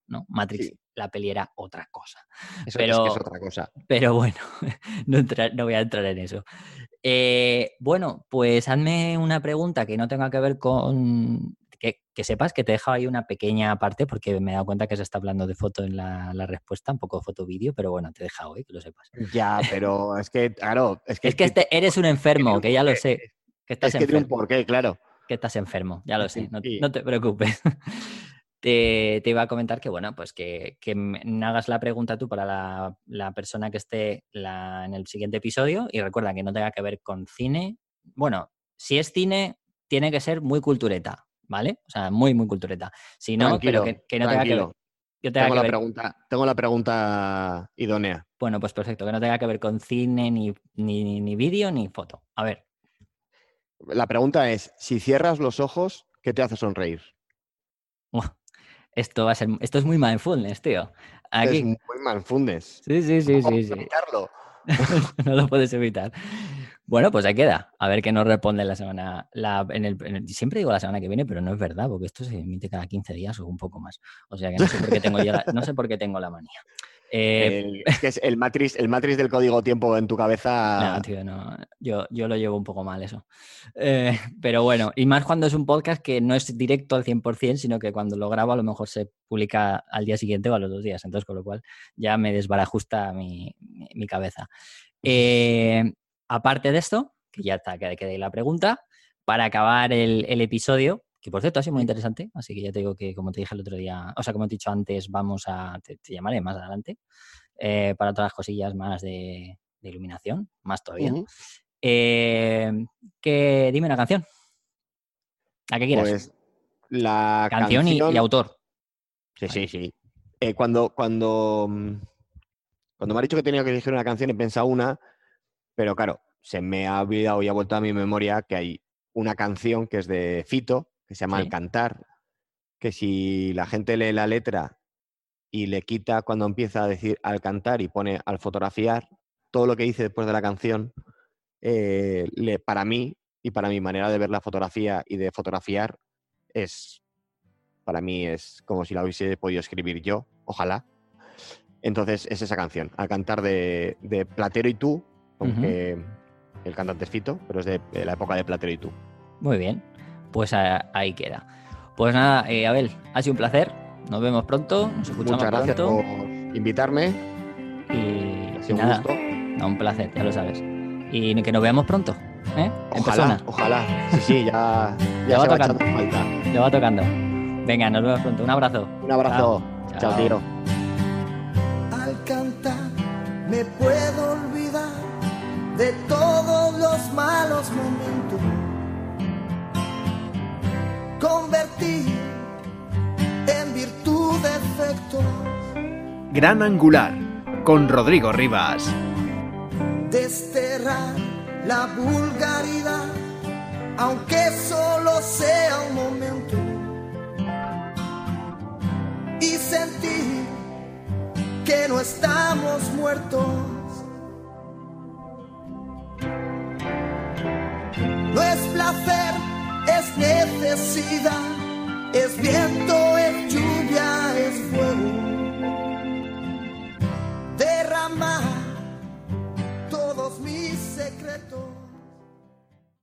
¿no? Matrix, Sí. la peli era otra cosa. Eso pero, es que es otra cosa. Pero bueno, no, entrar, no voy a entrar en eso. Eh, bueno, pues hazme una pregunta que no tenga que ver con... Que, que sepas que te he dejado ahí una pequeña parte porque me he dado cuenta que se está hablando de foto en la, la respuesta, un poco de foto-vídeo, pero bueno, te he dejado, ¿eh? Que lo sepas. Ya, pero es que, claro... Es que, es que este, eres un enfermo, que ya lo sé. Que estás es que tiene un enfermo. porqué, claro. Que estás enfermo, ya lo sé, no, Sí. no te preocupes. te, te iba a comentar que, bueno, pues que, que me hagas la pregunta tú para la, la persona que esté la, en el siguiente episodio y recuerda que no tenga que ver con cine. Bueno, si es cine, tiene que ser muy cultureta, ¿vale? O sea, muy, muy cultureta. Si no, Tranquilo, pero que, que no tenga que ver... Que tenga tengo, que la ver... pregunta, tengo la pregunta idónea. Bueno, pues perfecto, que no tenga que ver con cine, ni, ni, ni vídeo, ni foto. A ver. La pregunta es, si cierras los ojos, ¿qué te hace sonreír? Uh, esto va a ser, esto es muy mindfulness, tío. Aquí. Es muy mindfulness. Sí, sí, sí, ¿Cómo sí, sí. evitarlo? No lo puedes evitar. Bueno, pues ahí queda. A ver qué nos responde la semana. La, en el, en el, siempre digo la semana que viene, pero no es verdad, porque esto se emite cada quince días o un poco más. O sea que no sé por qué tengo, yo la, no sé por qué tengo la manía. Eh, el, es que es el matriz, el matriz del código tiempo en tu cabeza. No, tío, no. Yo, yo lo llevo un poco mal eso. Eh, pero bueno, y más cuando es un podcast que no es directo al cien por ciento, sino que cuando lo grabo a lo mejor se publica al día siguiente o a los dos días. Entonces, con lo cual ya me desbarajusta mi, mi, mi cabeza. Eh, aparte de esto, que ya está, que quede ahí la pregunta, para acabar el, el episodio, que por cierto ha sido muy interesante, así que ya te digo que, como te dije el otro día, o sea, como he dicho antes, vamos a, te, te llamaré más adelante, eh, para otras cosillas más de, de iluminación, más todavía. Uh-huh. Eh, que, dime una canción, la que quieras. Pues la canción, canción... Y, y autor. Sí, vale. sí, sí. Eh, cuando, cuando, cuando me ha dicho que tenía que elegir una canción, he pensado una, pero claro, se me ha olvidado y ha vuelto a mi memoria que hay una canción que es de Fito, que se llama sí. Al Cantar, que si la gente lee la letra y le quita cuando empieza a decir al cantar y pone al fotografiar, todo lo que dice después de la canción, eh, le, para mí y para mi manera de ver la fotografía y de fotografiar, es, para mí es como si la hubiese podido escribir yo, ojalá. Entonces es esa canción, Al Cantar de, de Platero y tú, aunque uh-huh. el cantante es Fito, pero es de, de la época de Platero y tú. Muy bien, pues a, ahí queda. Pues nada, eh, Abel, ha sido un placer. Nos vemos pronto, nos escuchamos Muchas gracias pronto. por invitarme. Y, y nada, gusto. No, un placer, ya lo sabes. Y que nos veamos pronto, ¿eh? En ojalá, persona. Ojalá, sí, sí, ya, ya, ya se va va tocando. echando falta. Ya va tocando. Venga, nos vemos pronto. Un abrazo. Un abrazo. Chao, Chao tío. Al cantar me puedo olvidar de todos los malos momentos. Convertir en virtud defectos. Gran Angular, con Rodrigo Rivas. Desterrar la vulgaridad, aunque solo sea un momento. Y sentir que no estamos muertos. No es placer, es necesidad, es viento, es lluvia, es fuego.